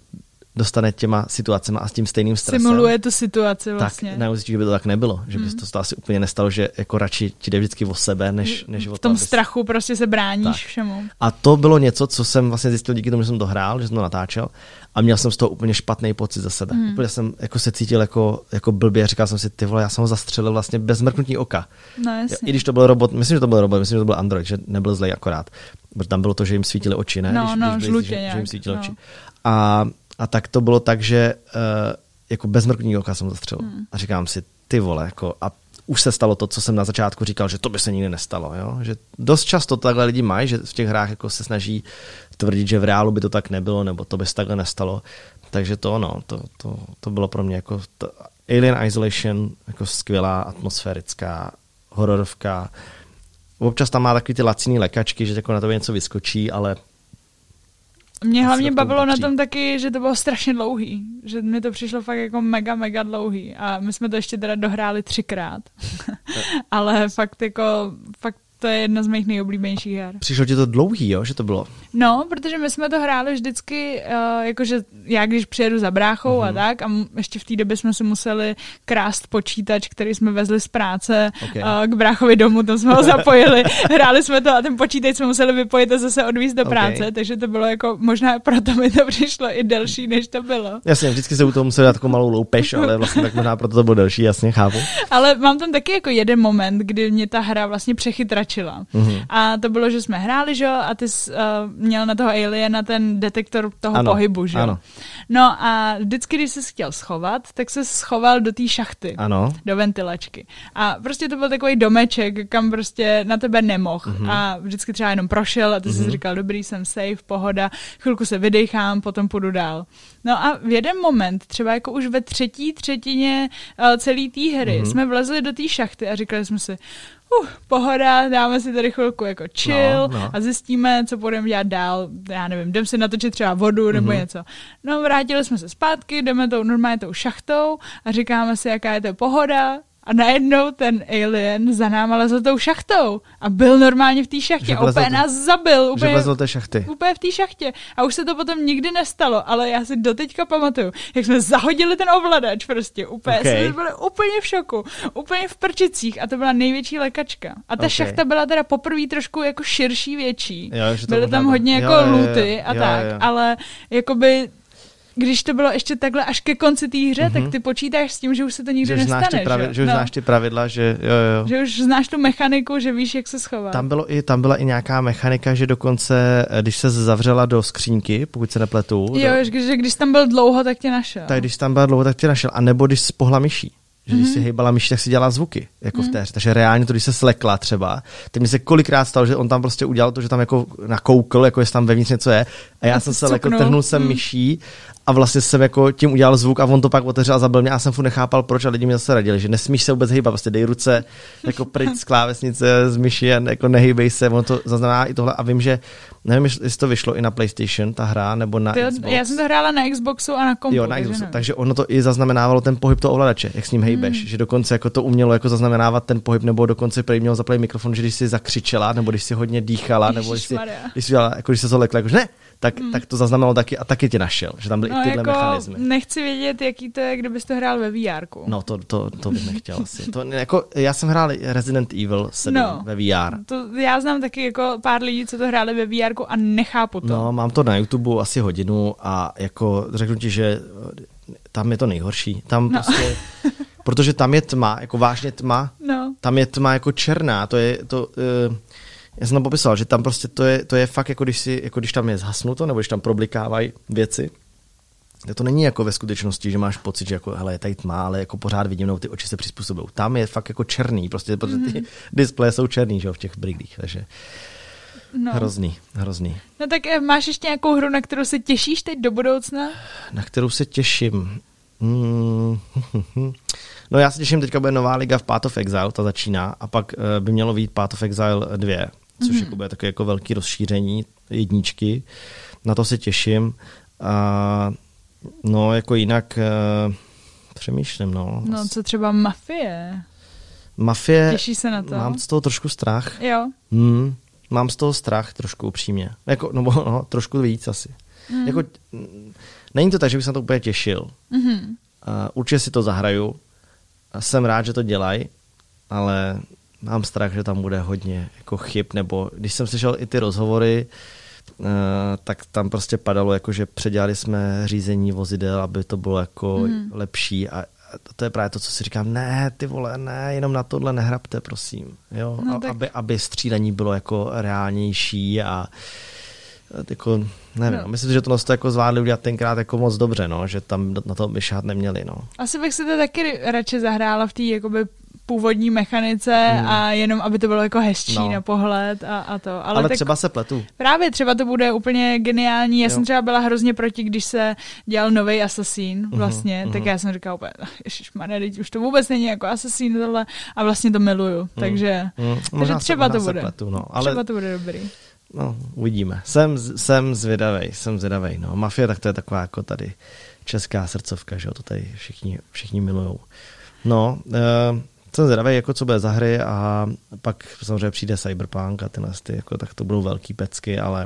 dostane těma situacemi a s tím stejným stresem. Simuluje tu situaci vlastně. Tak najednou zjistíš, že by to tak nebylo, že by mm. to, to asi úplně nestalo, že jako radši ti jde vždycky o sebe, než, než o to. V tom abys... strachu prostě se bráníš tak. všemu. A to bylo něco, co jsem vlastně zjistil díky tomu, že jsem to hrál, že jsem to natáčel a měl jsem z toho úplně špatný pocit za sebe. Mm. Úplně jsem jako se cítil jako, jako blbě, říkal jsem si, ty vole, já jsem ho zastřelil vlastně bez mrknutí oka. No jasně. I když to byl robot, myslím, že to byl robot, myslím, že to byl Android, že nebyl zlej akorát. Protože tam bylo to, že jim svítily oči, ne? No, když, no, když žlutě že, nějak, že jim svítily no. oči. A, a tak to bylo tak, že uh, jako bez mrknutí oka jsem zastřelil. Hmm. A říkám si, ty vole, jako a už se stalo to, co jsem na začátku říkal, že to by se nikdy nestalo. Jo? Že dost často takhle lidi mají, že v těch hrách jako se snaží tvrdit, že v reálu by to tak nebylo, nebo to by se takhle nestalo. Takže to, no, to, to, to bylo pro mě jako to, Alien Isolation, jako skvělá, atmosférická, hororovka. Občas tam má takový ty laciný lékačky, že jako na to něco vyskočí, ale mě hlavně bavilo na tom taky, že to bylo strašně dlouhý. Že mi to přišlo fakt jako mega, mega dlouhý. A my jsme to ještě teda dohráli třikrát. Ale fakt jako, fakt to je jedna z mých nejoblíbenějších her. Přišlo ti to dlouhý, jo, že to bylo? No, protože my jsme to hráli vždycky, uh, jakože já když přijedu za bráchou mm-hmm. a tak, a m- ještě v té době jsme si museli krást počítač, který jsme vezli z práce okay. uh, k bráchovi domů, tam jsme ho zapojili, hráli jsme to a ten počítač jsme museli vypojit a zase odvízt do práce, okay. takže to bylo jako, možná proto mi to přišlo i delší, než to bylo. Jasně, vždycky se u toho museli dát takovou malou loupež, ale vlastně tak možná proto to bylo delší, jasně, chápu. Ale mám tam taky jako jeden moment, kdy mě ta hra vlastně přechytračila. Mm-hmm. A to bylo, že jsme hráli, že jo, a ty jsi uh, měl na toho aliena ten detektor toho ano, pohybu, že jo. No a vždycky, když jsi chtěl schovat, tak se schoval do té šachty, ano. do ventilačky. A prostě to byl takový domeček, kam prostě na tebe nemohl. Mm-hmm. A vždycky třeba jenom prošel a ty mm-hmm. jsi říkal, dobrý, jsem safe, pohoda, chvilku se vydechám, potom půjdu dál. No a v jeden moment, třeba jako už ve třetí třetině uh, celé té hry, mm-hmm. jsme vlezli do té šachty a říkali jsme si, Uh, pohoda, dáme si tady chvilku jako chill no, no. a zjistíme, co budeme dělat dál. Já nevím, jdeme si natočit třeba vodu nebo mm-hmm. něco. No, vrátili jsme se zpátky, jdeme tou normálně tou šachtou a říkáme si, jaká je to pohoda. A najednou ten alien za náma lezl tou šachtou a byl normálně v té šachtě a úplně nás zabil. Úplně, že vlezl té šachty. Úplně v té šachtě. A už se to potom nikdy nestalo, ale já si doteďka pamatuju, jak jsme zahodili ten ovladač prostě. Úplně okay. jsme byli úplně v šoku. Úplně v prčicích a to byla největší lékačka. A ta okay. šachta byla teda poprvé trošku jako širší, větší. Jo, byly tam hodně jako jo, luty jo, a jo, tak, jo, jo. ale jakoby když to bylo ještě takhle až ke konci té hře, mm-hmm. tak ty počítáš s tím, že už se to nikdy že nestane. Pravi, že? že už no. znáš ty pravidla, že jo, jo. Že už znáš tu mechaniku, že víš, jak se schovat. Tam, bylo i, tam byla i nějaká mechanika, že dokonce, když se zavřela do skřínky, pokud se nepletu. Jo, do... že když tam byl dlouho, tak tě našel. Tak když tam byl dlouho, tak tě našel. A nebo když jsi pohla myší. Že když mm-hmm. si hejbala myší, tak si dělala zvuky, jako mm-hmm. v té hře. Takže reálně to, když se slekla třeba, tak mi se kolikrát stalo, že on tam prostě udělal to, že tam jako nakoukl, jako jestli tam vevnitř něco je. A já a jsem se lekl, trhnul jsem mm. myší a vlastně jsem jako tím udělal zvuk a on to pak otevřel a zabil mě a já jsem furt nechápal, proč, a lidi mi zase radili, že nesmíš se vůbec hejbat, prostě dej ruce jako pryč z klávesnice, z myši a jako nehejbej se, ono to zaznamená i tohle a vím, že nevím, jestli to vyšlo i na PlayStation, ta hra, nebo na Ty, Xbox. Já jsem to hrála na Xboxu a na kompu. Jo, na Xboxu, takže ono to i zaznamenávalo ten pohyb toho ovladače, jak s ním hejbeš, mm. že dokonce jako to umělo jako zaznamenávat ten pohyb, nebo dokonce prý mělo zaplat mikrofon, že když si zakřičela, nebo když si hodně dýchala, Ježiš, nebo když si, když si dělala, jako když se to lekla, jako, ne, tak, mm. tak to zaznamenalo taky a taky tě našel, že tam byly no, i tyhle jako mechanismy. Nechci vědět, jaký to je, kdybys to hrál ve V R ku. No to, to, to bych nechtěl asi. To, jako, já jsem hrál Resident Evil sedm no, ve V R. To, já znám taky jako pár lidí, co to hráli ve V R ku a nechápu to. No, mám to na YouTube asi hodinu a jako řeknu ti, že tam je to nejhorší. Tam no. prostě, protože tam je tma, jako vážně tma. No. Tam je tma jako černá, to je to... Uh, já jsem tam popisoval, že tam prostě to je, to je fakt jako když, si, jako když tam je zhasnuto, nebo když tam problikávají věci. To není jako ve skutečnosti, že máš pocit, že jako, hele, je tady tma, ale jako pořád vidím, no, ty oči se přizpůsobují. Tam je fakt jako černý, prostě, protože ty mm. displeje jsou černý, že jo, v těch briglích, takže no. hrozný, hrozný. No tak máš ještě nějakou hru, na kterou se těšíš teď do budoucna? Na kterou se těším? Hmm. No já se těším, teďka bude nová liga v Path of Exile, ta začíná, a pak uh, by mělo vyjít Path of Exile dva, což mm. jako bude takové jako velké rozšíření jedničky. Na to se těším. A no, jako jinak uh, přemýšlím, no. No, co třeba Mafie? Mafie, těší se na to? Mám z toho trošku strach. Jo. Hmm, mám z toho strach trošku upřímně. Jako, no, no, trošku víc asi. Mm. Jako, není to tak, že bych se na to úplně těšil. Mm-hmm. Uh, určitě si to zahraju. Jsem rád, že to dělají, ale mám strach, že tam bude hodně jako chyb, nebo když jsem slyšel i ty rozhovory, uh, tak tam prostě padalo, jako, že předělali jsme řízení vozidel, aby to bylo jako mm. lepší a to je právě to, co si říkám, ne, ty vole, ne, jenom na tohle nehrabte, prosím. Jo? No, tak... aby, aby střílení bylo jako reálnější a jako, nevím, no. Myslím si, že to nás to jako zvládli udělat tenkrát jako moc dobře, no, že tam na to myšát neměli. No. Asi bych si to taky radši zahrála v té jakoby původní mechanice hmm. a jenom, aby to bylo jako hezčí no. na pohled a, a to. Ale, Ale tak třeba se pletu. Právě třeba to bude úplně geniální. Já jo. jsem třeba byla hrozně proti, když se dělal novej Assassin vlastně, uh-huh, tak uh-huh. já jsem říkala úplně, ježišmarja, teď už to vůbec není jako Assassin tohle a vlastně to miluju, uh-huh. takže, uh-huh. takže třeba to bude. Pletu, no. Ale... Třeba to bude dobrý. No, uvidíme. Jsem, jsem zvědavej, jsem zvědavej. No. Mafie, tak to je taková jako tady česká srdcovka, že jo, to tady všichni, všichni milujou. No, uh, jsem zvědavej, jako co bude za hry a pak samozřejmě přijde Cyberpunk a tyhle ty, jako, tak to budou velký pecky, ale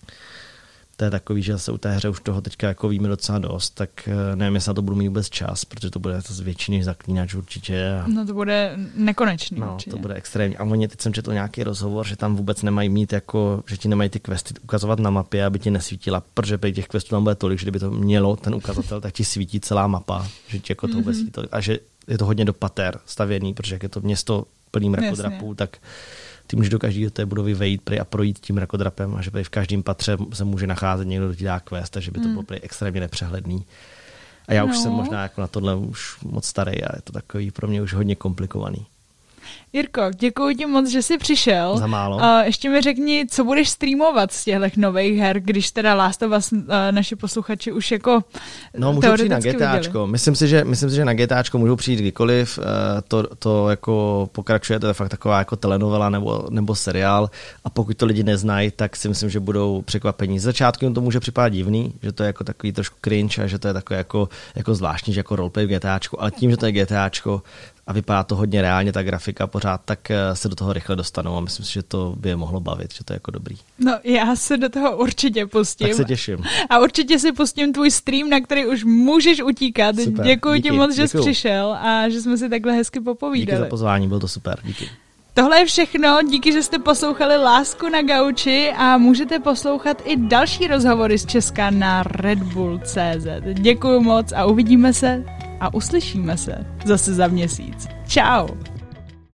to je takový, že se u té hře už toho teďka jako víme docela dost, tak nevím, jestli na to budu mít vůbec čas, protože to bude to větší než Zaklínač určitě. A... No to bude nekonečný No, určitě. To bude extrémní. A oni, teď jsem četl nějaký rozhovor, že tam vůbec nemají mít jako, že ti nemají ty questy ukazovat na mapě, aby ti nesvítila, protože by těch questů tam bude tolik, že kdyby to mělo ten ukazatel, tak ti svítí celá mapa, že ti jako to vůbec svítí tolik. A že je to hodně do pater stavěný, protože jak je to město plný mrakodrapů, tak ty můžeš do každého té budovy vejít a projít tím mrakodrapem a že v každém patře se může nacházet někdo, kdo ti dá quest, takže by to bylo mm. extrémně nepřehledný. A já no. už jsem možná jako na tohle už moc starý a je to takový pro mě už hodně komplikovaný. Jirko, děkuji ti moc, že jsi přišel. Za málo. Uh, ještě mi řekni, co budeš streamovat z těchto nových her, když teda Last of Us uh, naši posluchači už jako No, můžou přijít na GTAčko. Myslím si, že, myslím si, že na GTAčko můžou přijít kdykoliv. Uh, to, to jako pokračuje, to je fakt taková jako telenovela nebo, nebo seriál a pokud to lidi neznají, tak si myslím, že budou překvapení. Z začátku jim to může připadat divný, že to je jako takový trošku cringe a že to je takové jako, jako zvláštní, že jako roleplay v GTAčku, ale tím, že to je GTAčko, a vypadá to hodně reálně, ta grafika pořád, tak se do toho rychle dostanou a myslím si, že to by je mohlo bavit, že to je jako dobrý. No já se do toho určitě pustím. Tak se těším. A určitě si pustím tvůj stream, na který už můžeš utíkat. Super, děkuji díky, ti moc, že jsi přišel a že jsme si takhle hezky popovídali. Díky za pozvání, bylo to super, díky. Tohle je všechno, díky, že jste poslouchali Lásku na gauči a můžete poslouchat i další rozhovory z Česka na Red Bull tečka cé zet. Děkuji moc a uvidíme se a uslyšíme se zase za měsíc. Čau!